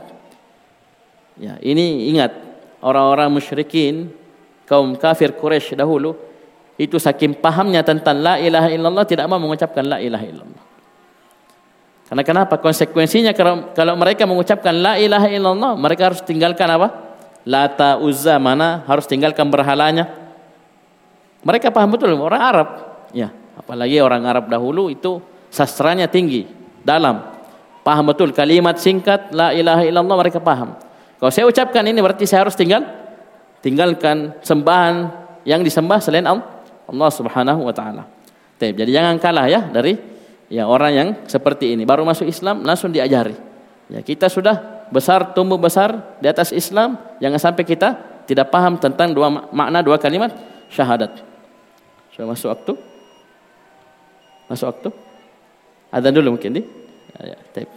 Ya, ini ingat orang-orang musyrikin, kaum kafir Quraisy dahulu itu saking pahamnya tentang la ilaha illallah tidak mau mengucapkan la ilaha illallah. Karena kenapa? Konsekuensinya kalau mereka mengucapkan la ilaha illallah, mereka harus tinggalkan apa? Lata, Uzza, mana harus tinggalkan berhalanya. Mereka paham betul, orang Arab. Ya, apalagi orang Arab dahulu itu sastranya tinggi, dalam. Paham betul kalimat singkat la ilaha illallah, mereka paham. Kalau saya ucapkan ini berarti saya harus tinggalkan sembahan yang disembah selain Allah Subhanahu wa taala. Jadi jangan kalah ya dari orang yang seperti ini. Baru masuk Islam langsung diajari. Ya, kita sudah tumbuh besar di atas Islam, jangan sampai kita tidak paham tentang makna 2 kalimat syahadat. Sudah masuk waktu? Masuk waktu? Adzan dulu mungkin ya,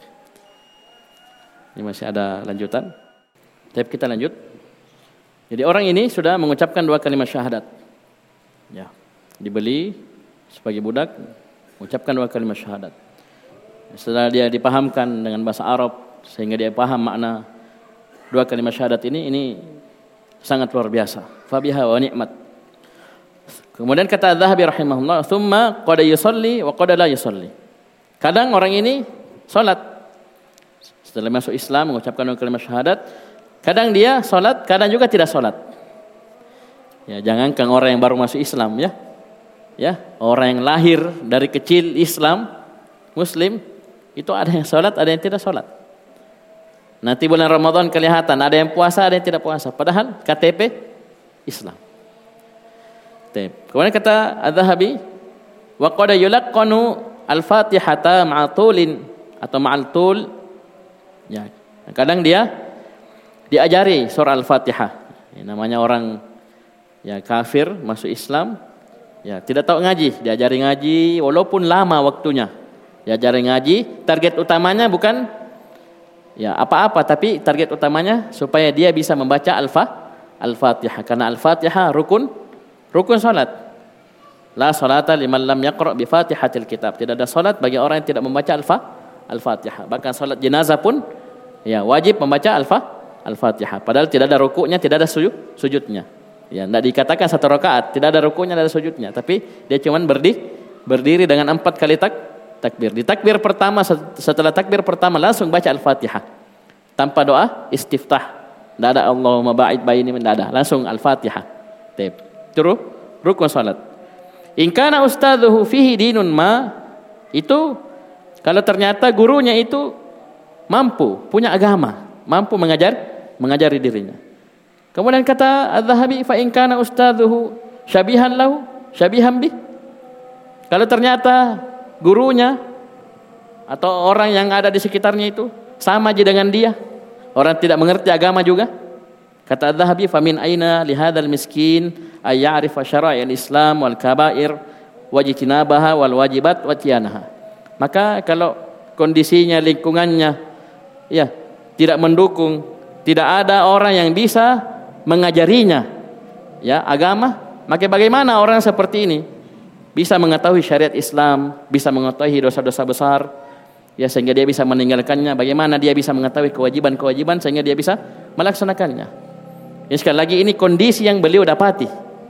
ini masih ada lanjutan. Kita lanjut. Jadi orang ini sudah mengucapkan 2 kalimat syahadat. Ya, dibeli sebagai budak, mengucapkan 2 kalimat syahadat. Setelah dia dipahamkan dengan bahasa Arab sehingga dia paham makna 2 kalimat syahadat ini sangat luar biasa. Fabiha wa ni'mat. Kemudian kata Az-Zahabi rahimahullah, "Tsumma qad yusalli wa qad la yusalli." Kadang orang ini salat. Setelah masuk Islam mengucapkan 2 kalimat syahadat, kadang dia salat, kadang juga tidak salat. Ya, jangankan orang yang baru masuk Islam ya. Ya, orang yang lahir dari kecil Islam, Muslim, Itu ada yang sholat, ada yang tidak sholat. Nanti bulan Ramadan kelihatan ada yang puasa, ada yang tidak puasa. Padahal KTP Islam. Kemudian kata Az-Zahabi, wa qad yulaqqanu al-Fatihata ma'atulin atau ma'al tul. Ya, kadang dia diajari surah Al-Fatihah. Ya, namanya orang ya kafir masuk Islam, ya tidak tahu ngaji, diajari ngaji walaupun lama waktunya. Diajari ngaji, target utamanya bukan ya apa-apa, tapi target utamanya supaya dia bisa membaca Al-Fatihah. Karena Al-Fatihah rukun salat. La salata liman lam yaqra bi Fatihatil kitab. Tidak ada salat bagi orang yang tidak membaca Al-Fatihah. Bahkan salat jenazah pun ya wajib membaca Al-Fatihah. Padahal tidak ada rukuknya, tidak ada sujudnya. Ya, tidak dikatakan satu rakaat, tidak ada rukuknya, tidak ada sujudnya, tapi dia cuma berdiri dengan 4 kali takbir. Di takbir pertama, setelah takbir pertama langsung baca Al-Fatihah. Tanpa doa istiftah. Tidak ada Allahumma ba'id baini, tidak ada. Langsung Al-Fatihah. Terus rukun salat. In kana ustadzuhu fihi dinun ma, itu kalau ternyata gurunya itu mampu, punya agama, mampu mengajari dirinya. Kemudian kata Az-Zahabi, fa in kana ustadzuhu syabihan lahu, syabihan bih. Kalau ternyata gurunya atau orang yang ada di sekitarnya itu sama aja dengan dia, orang tidak mengerti agama juga. Kata Az-Zahabi, fa min aina li hadzal miskin ay ya'rifa syara'il Islam wal kaba'ir wajtinabaha wal wajibat wa tiyanaha. Maka kalau kondisinya, lingkungannya ya tidak mendukung, tidak ada orang yang bisa mengajarinya ya agama, maka bagaimana orang seperti ini bisa mengetahui syariat Islam, bisa mengetahui dosa-dosa besar ya sehingga dia bisa meninggalkannya, bagaimana dia bisa mengetahui kewajiban-kewajiban sehingga dia bisa melaksanakannya. Ya, sekali lagi ini kondisi yang beliau dapati.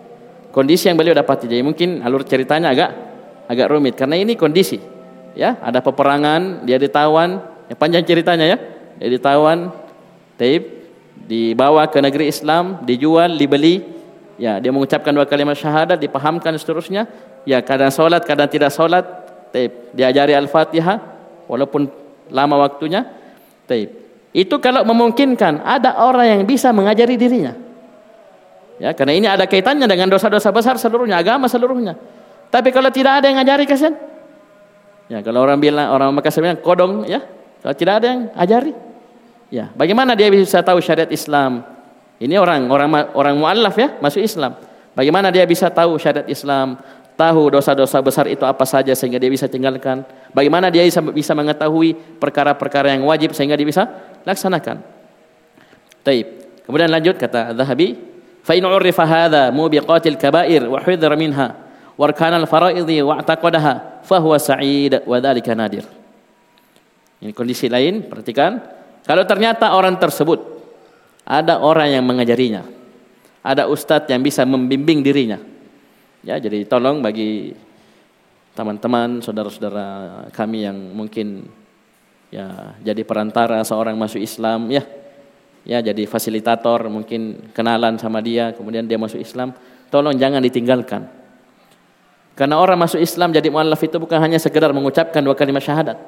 Jadi mungkin alur ceritanya agak rumit karena ini kondisi ya, ada peperangan, dia ditawan, ya panjang ceritanya ya. Dia ditawan, dibawa ke negeri Islam, dijual, dibeli. Ya, dia mengucapkan 2 kalimat syahadat, dipahamkan seterusnya. Ya, kadang sholat, kadang tidak sholat. Diajari Al-Fatihah, walaupun lama waktunya. Itu kalau memungkinkan, ada orang yang bisa mengajari dirinya. Ya, karena ini ada kaitannya dengan dosa-dosa besar seluruhnya, agama seluruhnya. Tapi kalau tidak ada yang ngajari, kasihan. Ya, kalau orang Makassar bilang kodong, ya. Kalau tidak ada yang ajari, ya, bagaimana dia bisa tahu syariat Islam? Ini orang mu'allaf ya, masuk Islam. Bagaimana dia bisa tahu syariat Islam, tahu dosa-dosa besar itu apa saja sehingga dia bisa tinggalkan? Bagaimana dia bisa mengetahui perkara-perkara yang wajib sehingga dia bisa laksanakan? Kemudian lanjut kata Az-Zahabi, fa in urifa hadza mubiqatil kaba'ir wa hudhira minha wa arkanal fara'idhi wa i'taqadaha fa huwa sa'id wa dzalika nadir. Ini kondisi lain, perhatikan. Kalau ternyata orang tersebut ada orang yang mengajarinya, ada ustadz yang bisa membimbing dirinya. Ya, jadi tolong bagi teman-teman, saudara-saudara kami yang mungkin ya jadi perantara seorang masuk Islam, ya jadi fasilitator, mungkin kenalan sama dia, kemudian dia masuk Islam, tolong jangan ditinggalkan. Karena orang masuk Islam jadi mu'allaf itu bukan hanya sekedar mengucapkan 2 kalimat syahadat.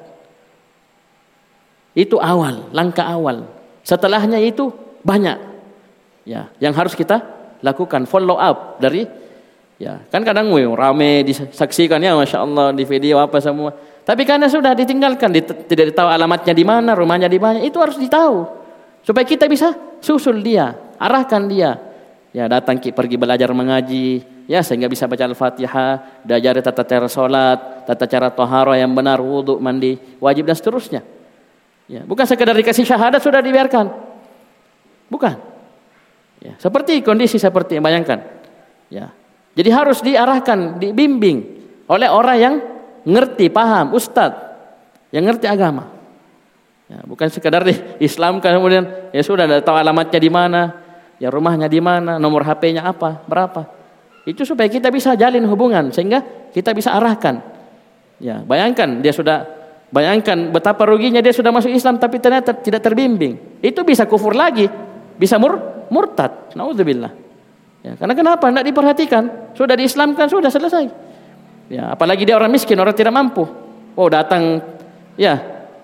Itu awal, langkah awal. Setelahnya itu banyak ya yang harus kita lakukan, follow up dari ya. Kan kadang rame disaksikan ya, Masya Allah, di video apa semua. Tapi karena sudah ditinggalkan, tidak tahu alamatnya di mana, rumahnya di mana, itu harus ditahu. Supaya kita bisa susul dia, arahkan dia. Ya, datang pergi belajar mengaji, ya sehingga bisa baca Al-Fatihah, diajari tata cara salat, tata cara taharah yang benar, wudu, mandi, wajib dan seterusnya. Ya, bukan sekedar dikasih syahadat sudah dibiarkan. Bukan. Ya, seperti kondisi seperti yang bayangkan. Ya. Jadi harus diarahkan, dibimbing oleh orang yang ngerti, paham, ustadz yang ngerti agama. Ya, bukan sekedar diislamkan kemudian ya sudah tahu alamatnya di mana, ya rumahnya di mana, nomor HP-nya apa, berapa. Itu supaya kita bisa jalin hubungan sehingga kita bisa arahkan. Ya, bayangkan betapa ruginya dia sudah masuk Islam tapi ternyata tidak terbimbing. Itu bisa kufur lagi, bisa murtad. Nauzubillah. Ya, karena kenapa? Tidak diperhatikan. Sudah diislamkan, sudah selesai. Ya, apalagi dia orang miskin, orang tidak mampu. Oh, datang ya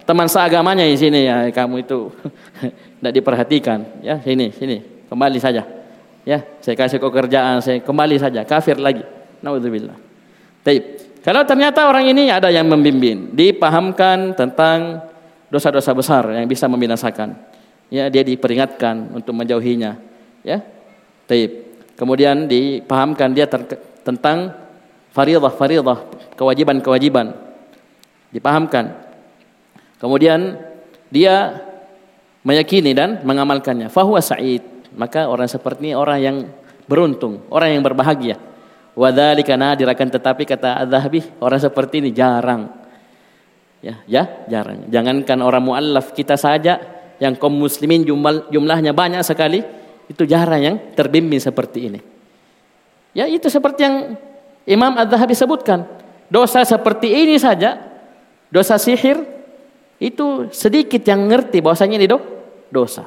teman seagamanya di sini ya, kamu itu tidak diperhatikan. Ya, sini, kembali saja. Ya, saya kasih kau kerjaan, saya kembali saja, kafir lagi. Nauzubillah. Baik. Kalau ternyata orang ini ada yang membimbing, dipahamkan tentang dosa-dosa besar yang bisa membinasakan. Ya, dia diperingatkan untuk menjauhinya. Ya. Baik. Kemudian dipahamkan dia tentang faridah, kewajiban. Dipahamkan. Kemudian dia meyakini dan mengamalkannya. Fahuwa sa'id. Maka orang seperti ini orang yang beruntung, orang yang berbahagia. Wa dzalika nadir, akan tetapi kata Az-Zahabi, orang seperti ini jarang. Ya, jarang. Jangankan orang muallaf, kita saja yang kaum muslimin jumlahnya banyak sekali, itu jarang yang terbimbing seperti ini. Ya, itu seperti yang Imam Az-Zahabi sebutkan. Dosa seperti ini saja, dosa sihir, itu sedikit yang ngerti bahwasanya ini dosa.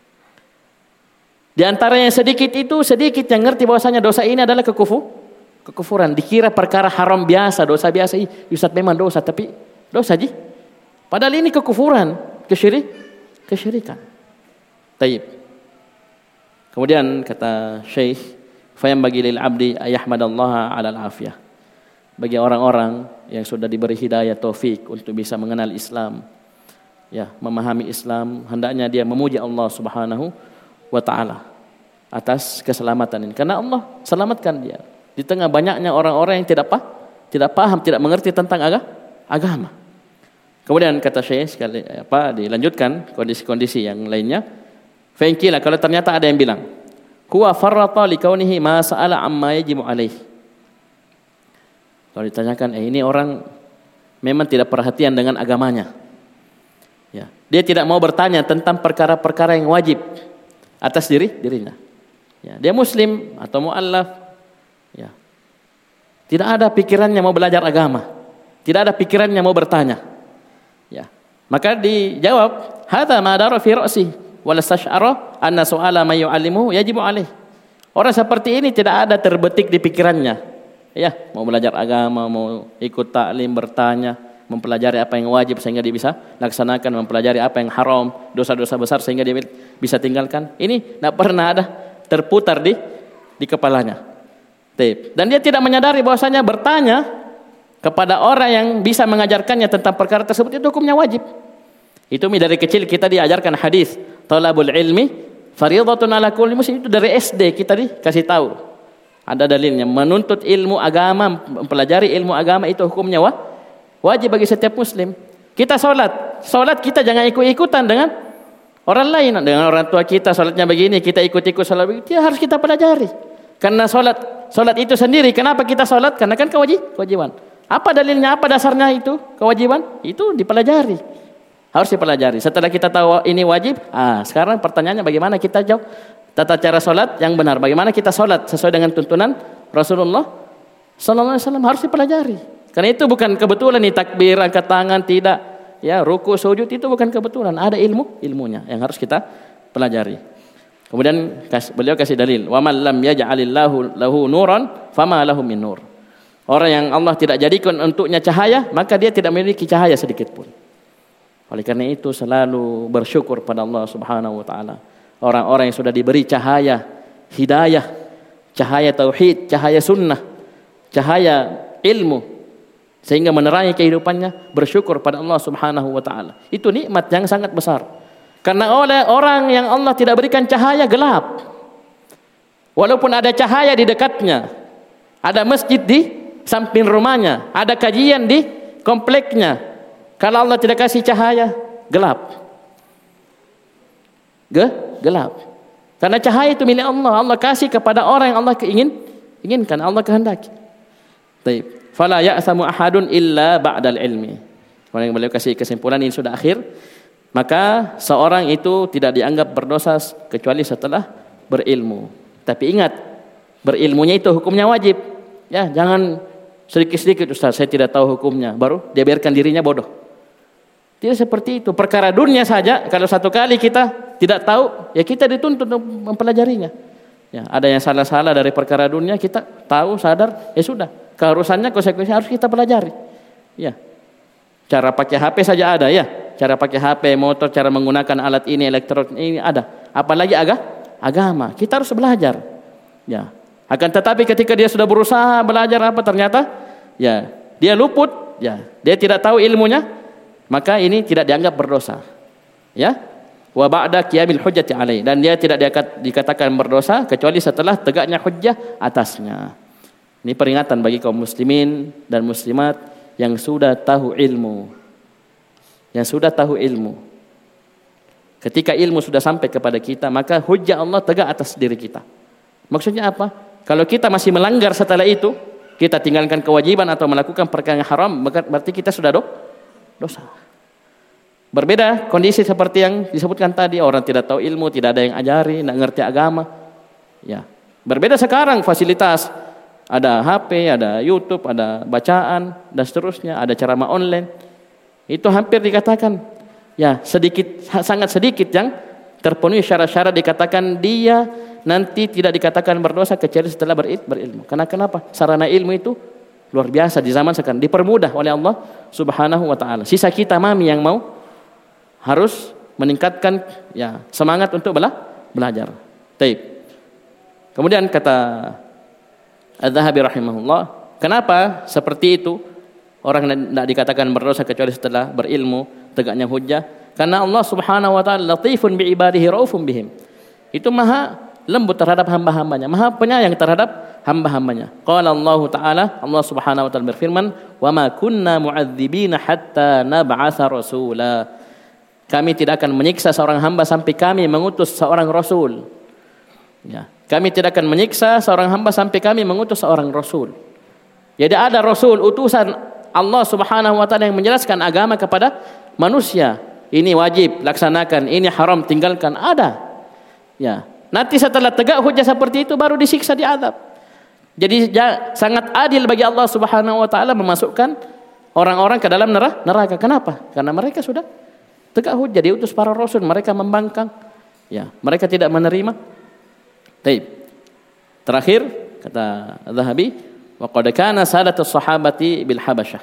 Di antaranya sedikit yang ngerti bahwasanya dosa ini adalah kekufuran. Dikira perkara haram biasa, dosa biasa. Ustaz memang dosa, tapi dosa ji. Padahal ini kekufuran, kesyirikan. Taib. Kemudian kata Syekh, fayambagi lil abdi ayahmadallaha 'alal afiyah. Bagi orang-orang yang sudah diberi hidayah taufik untuk bisa mengenal Islam, ya, memahami Islam, hendaknya dia memuji Allah Subhanahu wa taala atas keselamatan ini. Karena Allah selamatkan dia di tengah banyaknya orang-orang yang tidak paham, tidak mengerti tentang agama. Kemudian kata Syekh dilanjutkan kondisi-kondisi yang lainnya. Fa in qila, kalau ternyata ada yang bilang, huwa farrata li kaunihi ma sa'ala amma yajibu alaih. Kalau ditanyakan, ini orang memang tidak perhatian dengan agamanya. Ya, dia tidak mau bertanya tentang perkara-perkara yang wajib atas dirinya. Ya, dia muslim atau mu'allaf. Ya. Tidak ada pikirannya mau belajar agama. Tidak ada pikirannya mau bertanya. Ya. Maka dijawab, hadza ma dara fi ra'si wa lastash'ara anna su'ala may yu'allimu yajibu alaih. Orang seperti ini tidak ada terbetik di pikirannya. Ya, mau belajar agama, mau ikut taklim, bertanya, mempelajari apa yang wajib sehingga dia bisa laksanakan, mempelajari apa yang haram, dosa-dosa besar sehingga dia bisa tinggalkan. Ini tidak pernah ada terputar di kepalanya. Dan dia tidak menyadari bahwasanya bertanya kepada orang yang bisa mengajarkannya tentang perkara tersebut itu hukumnya wajib. Itu dari kecil kita diajarkan hadis, talabul ilmi fardhatun ala kulli muslim. Itu dari SD kita dikasih tahu. Ada dalilnya, menuntut ilmu agama, mempelajari ilmu agama itu hukumnya wajib bagi setiap muslim. Kita solat kita jangan ikut-ikutan dengan orang lain. Dengan orang tua kita solatnya begini, kita ikut-ikut solat begitu. Ya, harus kita pelajari. Karena solat itu sendiri, kenapa kita solat? Karena kan kewajiban. Apa dalilnya? Apa dasarnya itu kewajiban? Itu dipelajari. Harus dipelajari. Setelah kita tahu ini wajib, sekarang pertanyaannya bagaimana kita jawab tata cara solat yang benar. Bagaimana kita solat sesuai dengan tuntunan Rasulullah sallallahu alaihi wasallam, harus dipelajari. Karena itu bukan kebetulan nih takbir, angkat tangan, tidak. Ya, ruku, sujud itu bukan kebetulan. Ada ilmunya yang harus kita pelajari. Kemudian beliau kasih dalil, wa man lam yaj'alillahu lahu nuran fama lahu min nur. Orang yang Allah tidak jadikan untuknya cahaya, maka dia tidak memiliki cahaya sedikit pun. Oleh karena itu selalu bersyukur pada Allah Subhanahu wa taala. Orang-orang yang sudah diberi cahaya hidayah, cahaya tauhid, cahaya sunnah, cahaya ilmu, sehingga menerangi kehidupannya, bersyukur pada Allah Subhanahu wa taala. Itu nikmat yang sangat besar. Karena oleh orang yang Allah tidak berikan cahaya, gelap. Walaupun ada cahaya di dekatnya, ada masjid di samping rumahnya, ada kajian di kompleknya, kalau Allah tidak kasih cahaya, gelap. Gelap. Karena cahaya itu milik Allah. Allah kasih kepada orang yang Allah inginkan, Allah kehendaki. Baik. Fala ya'samu ahadun illa ba'dal ilmi. Kalau yang beliau kasih kesimpulan ini sudah akhir, maka seorang itu tidak dianggap berdosa kecuali setelah berilmu. Tapi ingat, berilmunya itu hukumnya wajib. Ya, jangan sedikit-sedikit, Ustaz, saya tidak tahu hukumnya, baru dia biarkan dirinya bodoh. Tidak seperti itu. Perkara dunia saja, kalau satu kali kita tidak tahu, ya kita dituntut untuk mempelajarinya. Ya, ada yang salah-salah dari perkara dunia, kita tahu, sadar, ya sudah. Keharusannya, konsekuensinya harus kita pelajari. Ya, cara pakai HP saja ada, ya. cara pakai HP, motor, cara menggunakan alat ini, elektronik ini ada. Apalagi agama. Kita harus belajar. Ya. Akan tetapi ketika dia sudah berusaha belajar apa ternyata ya, dia luput, ya, dia tidak tahu ilmunya, maka ini tidak dianggap berdosa. Ya. Wa ba'da qiyamil hujjati alaihi, dan dia tidak dikatakan berdosa kecuali setelah tegaknya hujjah atasnya. Ini peringatan bagi kaum muslimin dan muslimat yang sudah tahu ilmu. Yang sudah tahu ilmu. Ketika ilmu sudah sampai kepada kita, maka hujjah Allah tegak atas diri kita. Maksudnya apa? Kalau kita masih melanggar setelah itu, kita tinggalkan kewajiban atau melakukan perkara yang haram, berarti kita sudah dosa. Berbeda kondisi seperti yang disebutkan tadi, orang tidak tahu ilmu, tidak ada yang ajari, tidak ngerti agama. Ya. Berbeda sekarang fasilitas, ada HP, ada YouTube, ada bacaan dan seterusnya, ada ceramah online. Itu hampir dikatakan ya sangat sedikit yang terpenuhi syarat-syarat dikatakan dia nanti tidak dikatakan berdosa kecuali setelah berilmu. Karena kenapa? Sarana ilmu itu luar biasa di zaman sekarang, dipermudah oleh Allah Subhanahu wa taala. Sisa kita mami yang mau harus meningkatkan ya semangat untuk belajar. Taib. Kemudian kata Az-Zahabi rahimahullah, kenapa seperti itu orang tidak dikatakan berdosa kecuali setelah berilmu, tegaknya hujjah? Karena Allah Subhanahu wa taala latifun bi ibadihi raufun bihim. Itu maha lembut terhadap hamba-hambanya, maha penyayang terhadap hamba-hambanya. Qala Allah taala, Allah Subhanahu wa taala berfirman, "Wa ma kunna mu'adzibina hatta nab'atsa rasula." Kami tidak akan menyiksa seorang hamba sampai kami mengutus seorang rasul. Ya, kami tidak akan menyiksa seorang hamba sampai kami mengutus seorang rasul. Jadi ada rasul utusan Allah Subhanahu wa taala yang menjelaskan agama kepada manusia. Ini wajib laksanakan, ini haram tinggalkan, ada. Ya, nanti setelah tegak hujjah seperti itu baru disiksa, diazab. Jadi sangat adil bagi Allah Subhanahu wa taala memasukkan orang-orang ke dalam neraka. Kenapa? Karena mereka sudah tegak hujjah, diutus para rasul, mereka membangkang. Ya, mereka tidak menerima. Baik. Terakhir kata Az-Zahabi, wa qad kana sadatus sahabati bil Habasyah.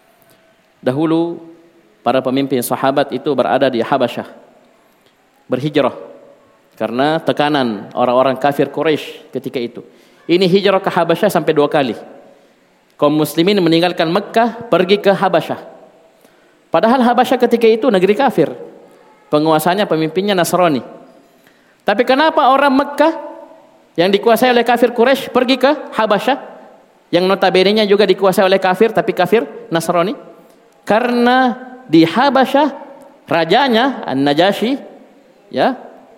Dahulu para pemimpin sahabat itu berada di Habasyah, berhijrah karena tekanan orang-orang kafir Quraisy ketika itu. Ini hijrah ke Habasyah sampai 2 kali. Kaum muslimin meninggalkan Mekkah pergi ke Habasyah. Padahal Habasyah ketika itu negeri kafir. Penguasanya, pemimpinnya Nasrani. Tapi kenapa orang Mekkah yang dikuasai oleh kafir Quraisy pergi ke Habasyah, yang notabene-nya juga dikuasai oleh kafir tapi kafir Nasrani? Karena di Habasyah rajanya An-Najasyi, ya.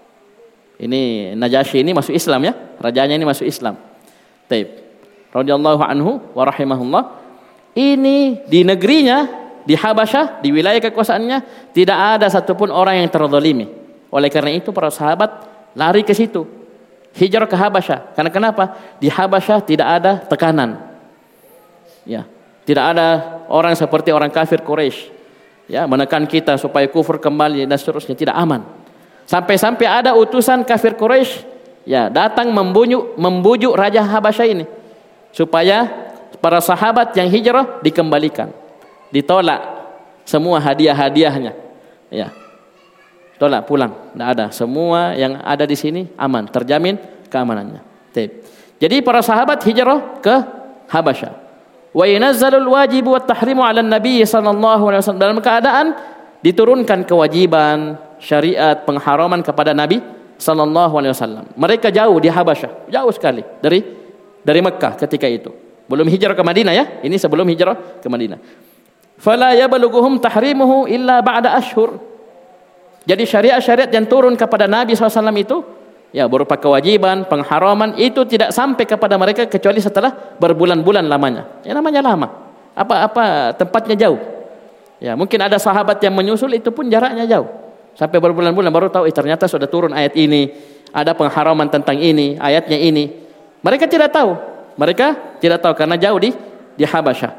Ini Najasyi ini masuk Islam, ya. Rajanya ini masuk Islam. Taib. Radhiyallahu anhu wa rahimahullah. Ini di negerinya, di Habasyah, di wilayah kekuasaannya tidak ada satupun orang yang terzalimi. Oleh karena itu para sahabat lari ke situ, hijrah ke Habasyah. Karena kenapa? Di Habasyah tidak ada tekanan. Ya, tidak ada orang seperti orang kafir Quraisy, ya, menekan kita supaya kufur kembali dan seterusnya, tidak aman. Sampai-sampai ada utusan kafir Quraisy, ya, datang membujuk raja Habasyah ini supaya para sahabat yang hijrah dikembalikan. Ditolak semua hadiah-hadiahnya. Ya. Tolak pulang, tidak ada. Semua yang ada di sini aman, terjamin keamanannya. Jadi para sahabat hijrah ke Habasyah. Wa yanazzalul wajibu wat tahrimu 'ala Nabi sallallahu alaihi wasallam, dalam keadaan diturunkan kewajiban, syariat, pengharaman kepada Nabi sallallahu alaihi wasallam. Mereka jauh di Habasyah, jauh sekali dari Mekkah ketika itu. Belum hijrah ke Madinah, ya. Ini sebelum hijrah ke Madinah. Fala yablughuhum tahrimuhu illa ba'da ashhur. Jadi syariat-syariat yang turun kepada Nabi SAW itu, ya, berupa kewajiban, pengharaman, itu tidak sampai kepada mereka kecuali setelah berbulan-bulan lamanya. Ya, namanya lama. Apa tempatnya jauh. Ya, mungkin ada sahabat yang menyusul, itu pun jaraknya jauh. Sampai berbulan-bulan baru tahu, ternyata sudah turun ayat ini, ada pengharaman tentang ini, ayatnya ini. Mereka tidak tahu. Mereka tidak tahu karena jauh di Habasyah.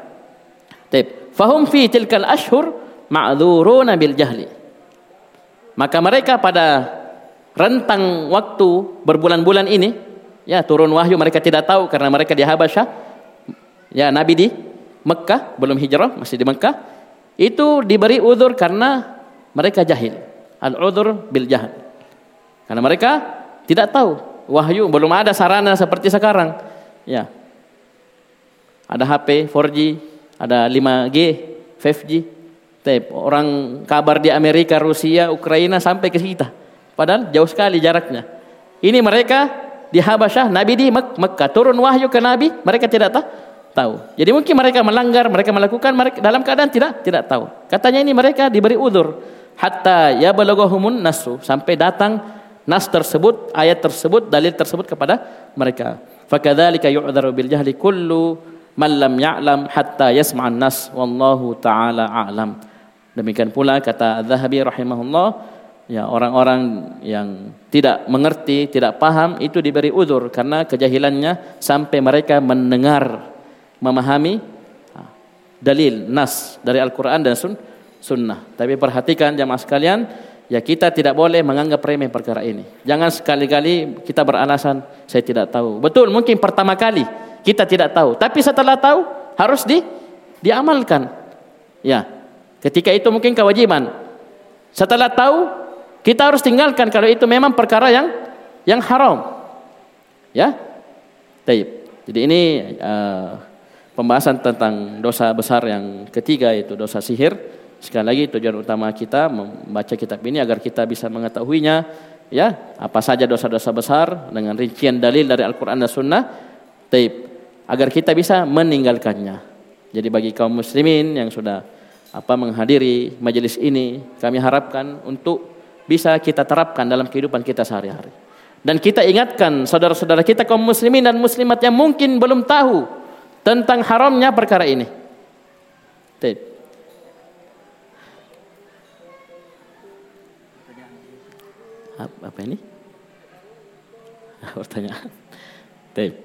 Fahum fi tilkal ashhur ma'dzuruna bil jahli. Maka mereka pada rentang waktu berbulan-bulan ini, ya, turun wahyu, mereka tidak tahu karena mereka di Habasyah. Ya, Nabi di Mekkah, belum hijrah, masih di Mekkah. Itu diberi uzur karena Mereka jahil. Al-udhr bil jahl. Karena mereka tidak tahu. Wahyu belum ada sarana seperti sekarang. Ya. Ada HP 4G, ada 5G, 5G. Orang kabar di Amerika, Rusia, Ukraina sampai ke kita. Padahal jauh sekali jaraknya. Ini mereka di Habasyah, Nabi di Mekkah, turun wahyu ke Nabi, mereka tidak tahu. Jadi mungkin mereka melanggar, mereka melakukan, mereka dalam keadaan tidak tahu. Katanya ini mereka diberi udzur hatta yabalaghahumun nasu, sampai datang nas tersebut, ayat tersebut, dalil tersebut kepada mereka. Fakadzalika yu'dzaru bil jahli kullu man lam ya'lam hatta yasma'an nas wallahu ta'ala a'lam. Demikian pula kata Az-Zahabi rahimahullah, ya orang-orang yang tidak mengerti, tidak paham itu diberi udzur karena kejahilannya sampai mereka mendengar, memahami dalil nas dari Al-Qur'an dan sunnah. Tapi perhatikan jamaah sekalian, ya kita tidak boleh menganggap remeh perkara ini. Jangan sekali-kali kita beralasan saya tidak tahu. Betul, mungkin pertama kali kita tidak tahu, tapi setelah tahu harus diamalkan. Ya. Ketika itu mungkin kewajiban. Setelah tahu kita harus tinggalkan kalau itu memang perkara yang haram. Ya. Baik. Jadi ini pembahasan tentang dosa besar yang ketiga, yaitu dosa sihir. Sekali lagi tujuan utama kita membaca kitab ini agar kita bisa mengetahuinya, ya, apa saja dosa-dosa besar dengan rincian dalil dari Al-Qur'an dan Sunnah. Baik. Agar kita bisa meninggalkannya. Jadi bagi kaum muslimin yang sudah menghadiri majelis ini, kami harapkan untuk bisa kita terapkan dalam kehidupan kita sehari-hari. Dan kita ingatkan saudara-saudara kita kaum muslimin dan muslimat yang mungkin belum tahu tentang haramnya perkara ini. Baik. Apa ini? Pertanyaan. Baik.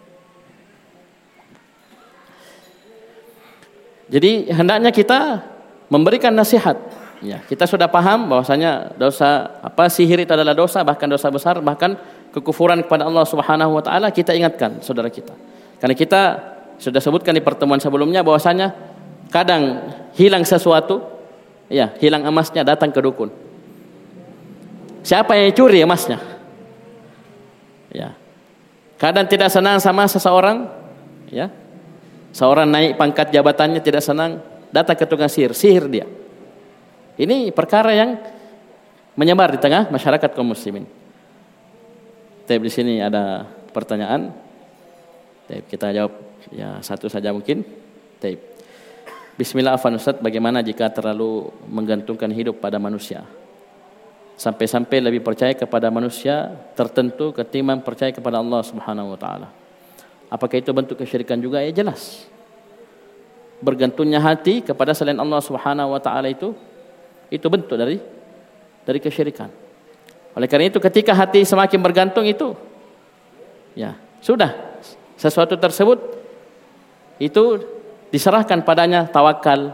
Jadi hendaknya kita memberikan nasihat. Ya, kita sudah paham bahwasanya dosa sihir itu adalah dosa, bahkan dosa besar, bahkan kekufuran kepada Allah Subhanahu wa taala. Kita ingatkan saudara kita. Karena kita sudah sebutkan di pertemuan sebelumnya bahwasanya kadang hilang sesuatu, ya, hilang emasnya, datang ke dukun. Siapa yang curi emasnya? Ya. Kadang tidak senang sama seseorang, ya. Seorang naik pangkat jabatannya tidak senang, datang ke tukang sihir dia. Ini perkara yang menyebar di tengah masyarakat kaum muslimin. Tapi di sini ada pertanyaan. Tapi kita jawab ya satu saja mungkin. Tapi bismillah, afwan Ustaz, bagaimana jika terlalu menggantungkan hidup pada manusia? Sampai-sampai lebih percaya kepada manusia tertentu ketimbang percaya kepada Allah Subhanahu wa taala. Apakah itu bentuk kesyirikan juga? Ya jelas. Bergantungnya hati kepada selain Allah Subhanahu wa taala itu bentuk dari kesyirikan. Oleh karena itu ketika hati semakin bergantung itu, ya sudah, sesuatu tersebut itu diserahkan padanya, tawakal.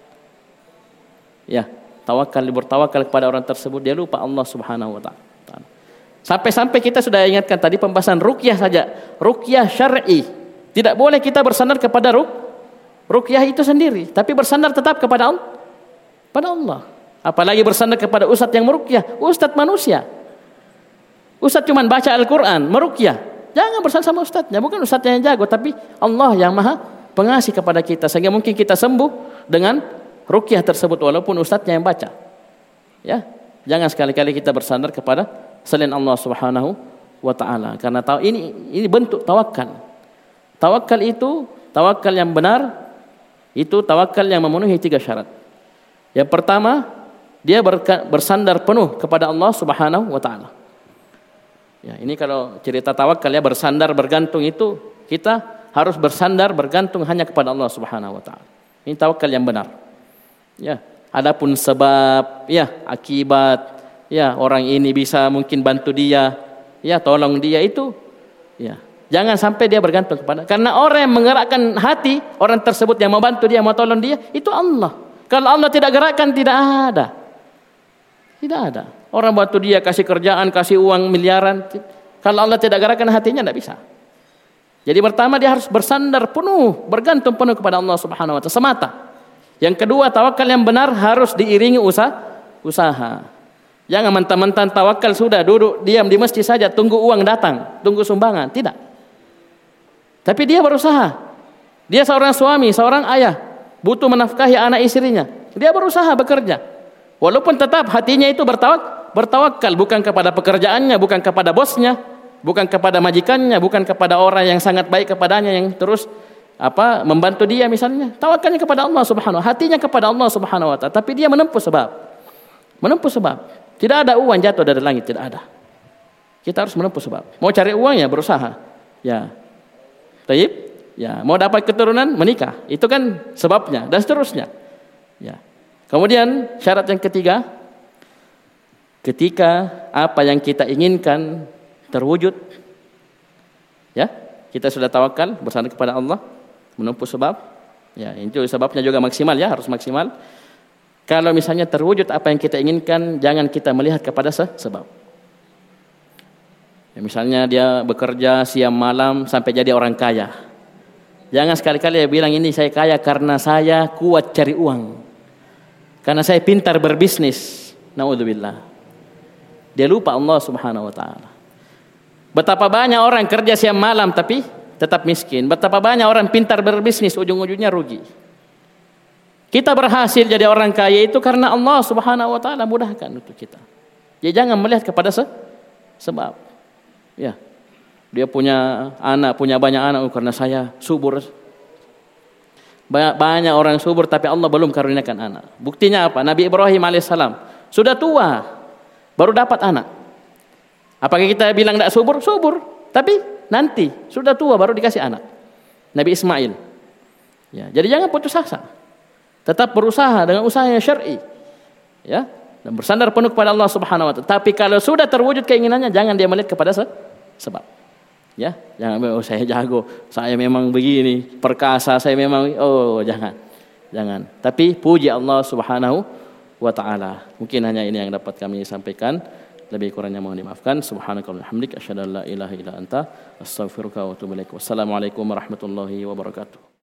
Ya, bertawakal kepada orang tersebut, dia lupa Allah Subhanahu wa taala. Sampai-sampai kita sudah ingatkan tadi pembahasan ruqyah saja, ruqyah syar'i. Tidak boleh kita bersandar kepada ruqyah itu sendiri, tapi bersandar tetap kepada Allah. Apalagi bersandar kepada ustadz yang meruqyah, ustadz manusia. Ustadz cuma baca Al-Qur'an, meruqyah. Jangan bersandar sama ustadznya, bukan ustadznya yang jago, tapi Allah yang Maha Pengasih kepada kita, sehingga mungkin kita sembuh dengan ruqyah tersebut walaupun ustadznya yang baca. Ya, jangan sekali-kali kita bersandar kepada selain Allah Subhanahu wa taala, karena ini bentuk tawakal. Tawakal itu, tawakal yang benar itu tawakal yang memenuhi 3 syarat. Yang pertama, dia bersandar penuh kepada Allah Subhanahu wa taala. Ya, ini kalau cerita tawakal ya, bersandar bergantung itu kita harus bersandar bergantung hanya kepada Allah Subhanahu wa taala. Ini tawakal yang benar. Ya, adapun sebab, ya, akibat, ya, orang ini bisa mungkin bantu dia, ya, tolong dia itu, ya, jangan sampai dia bergantung kepada, karena orang yang menggerakkan hati orang tersebut yang mau bantu dia, mau tolong dia, itu Allah. Kalau Allah tidak gerakkan, tidak ada. Orang bantu dia, kasih kerjaan, kasih uang miliaran, kalau Allah tidak gerakkan hatinya, tidak bisa. Jadi pertama dia harus bersandar penuh, bergantung penuh kepada Allah Subhanahu wa taala semata. Yang kedua, tawakal yang benar harus diiringi usaha. Jangan mentang-mentang tawakal sudah duduk diam di masjid saja tunggu uang datang, tunggu sumbangan, tidak. Tapi dia berusaha. Dia seorang suami, seorang ayah, butuh menafkahi anak istrinya. Dia berusaha bekerja. Walaupun tetap hatinya itu bertawakal bukan kepada pekerjaannya, bukan kepada bosnya, bukan kepada majikannya, bukan kepada orang yang sangat baik kepadanya yang terus membantu dia misalnya. Tawakalnya kepada Allah Subhanahu wa ta'ala, hatinya kepada Allah Subhanahu wa ta'ala, tapi dia menempuh sebab. Menempuh sebab. Tidak ada uang jatuh dari langit, tidak ada. Kita harus menempuh sebab. Mau cari uang ya berusaha. Ya. Taib, ya, mau dapat keturunan menikah. Itu kan sebabnya dan seterusnya. Ya. Kemudian syarat yang ketiga, ketika apa yang kita inginkan terwujud, ya, kita sudah tawakal bersandar kepada Allah, menempuh sebab. Ya, itu sebabnya juga maksimal ya, harus maksimal. Kalau misalnya terwujud apa yang kita inginkan, jangan kita melihat kepada sebab. Ya, misalnya dia bekerja siang malam sampai jadi orang kaya. Jangan sekali-kali dia bilang ini saya kaya karena saya kuat cari uang. Karena saya pintar berbisnis. Naudzubillah. Dia lupa Allah Subhanahu wa ta'ala. Betapa banyak orang kerja siang malam tapi tetap miskin. Betapa banyak orang pintar berbisnis ujung-ujungnya rugi. Kita berhasil jadi orang kaya itu karena Allah Subhanahu wa ta'ala mudahkan untuk kita. Ya jangan melihat kepada sebab. Ya. Dia punya anak, punya banyak anak karena saya subur. Banyak orang subur tapi Allah belum karuniakan anak. Buktinya apa? Nabi Ibrahim alaihissalam sudah tua baru dapat anak. Apakah kita bilang tidak subur? Subur. Tapi nanti sudah tua baru dikasih anak. Nabi Ismail. Ya, jadi jangan putus asa. Tetap berusaha dengan usaha yang syar'i. Ya, dan bersandar penuh kepada Allah Subhanahu wa ta'ala. Tapi kalau sudah terwujud keinginannya, jangan dia melihat kepada sebab. Ya, jangan saya jago, saya memang begini, perkasa, saya memang jangan. Jangan. Tapi puji Allah Subhanahu wa ta'ala. Mungkin hanya ini yang dapat kami sampaikan. Lebih kurangnya mohon dimaafkan. Subhanakallahumma wa bihamdika asyhadu an la ilaha illa anta astaghfiruka wa atubu ilaik. Wassalamualaikum warahmatullahi wabarakatuh.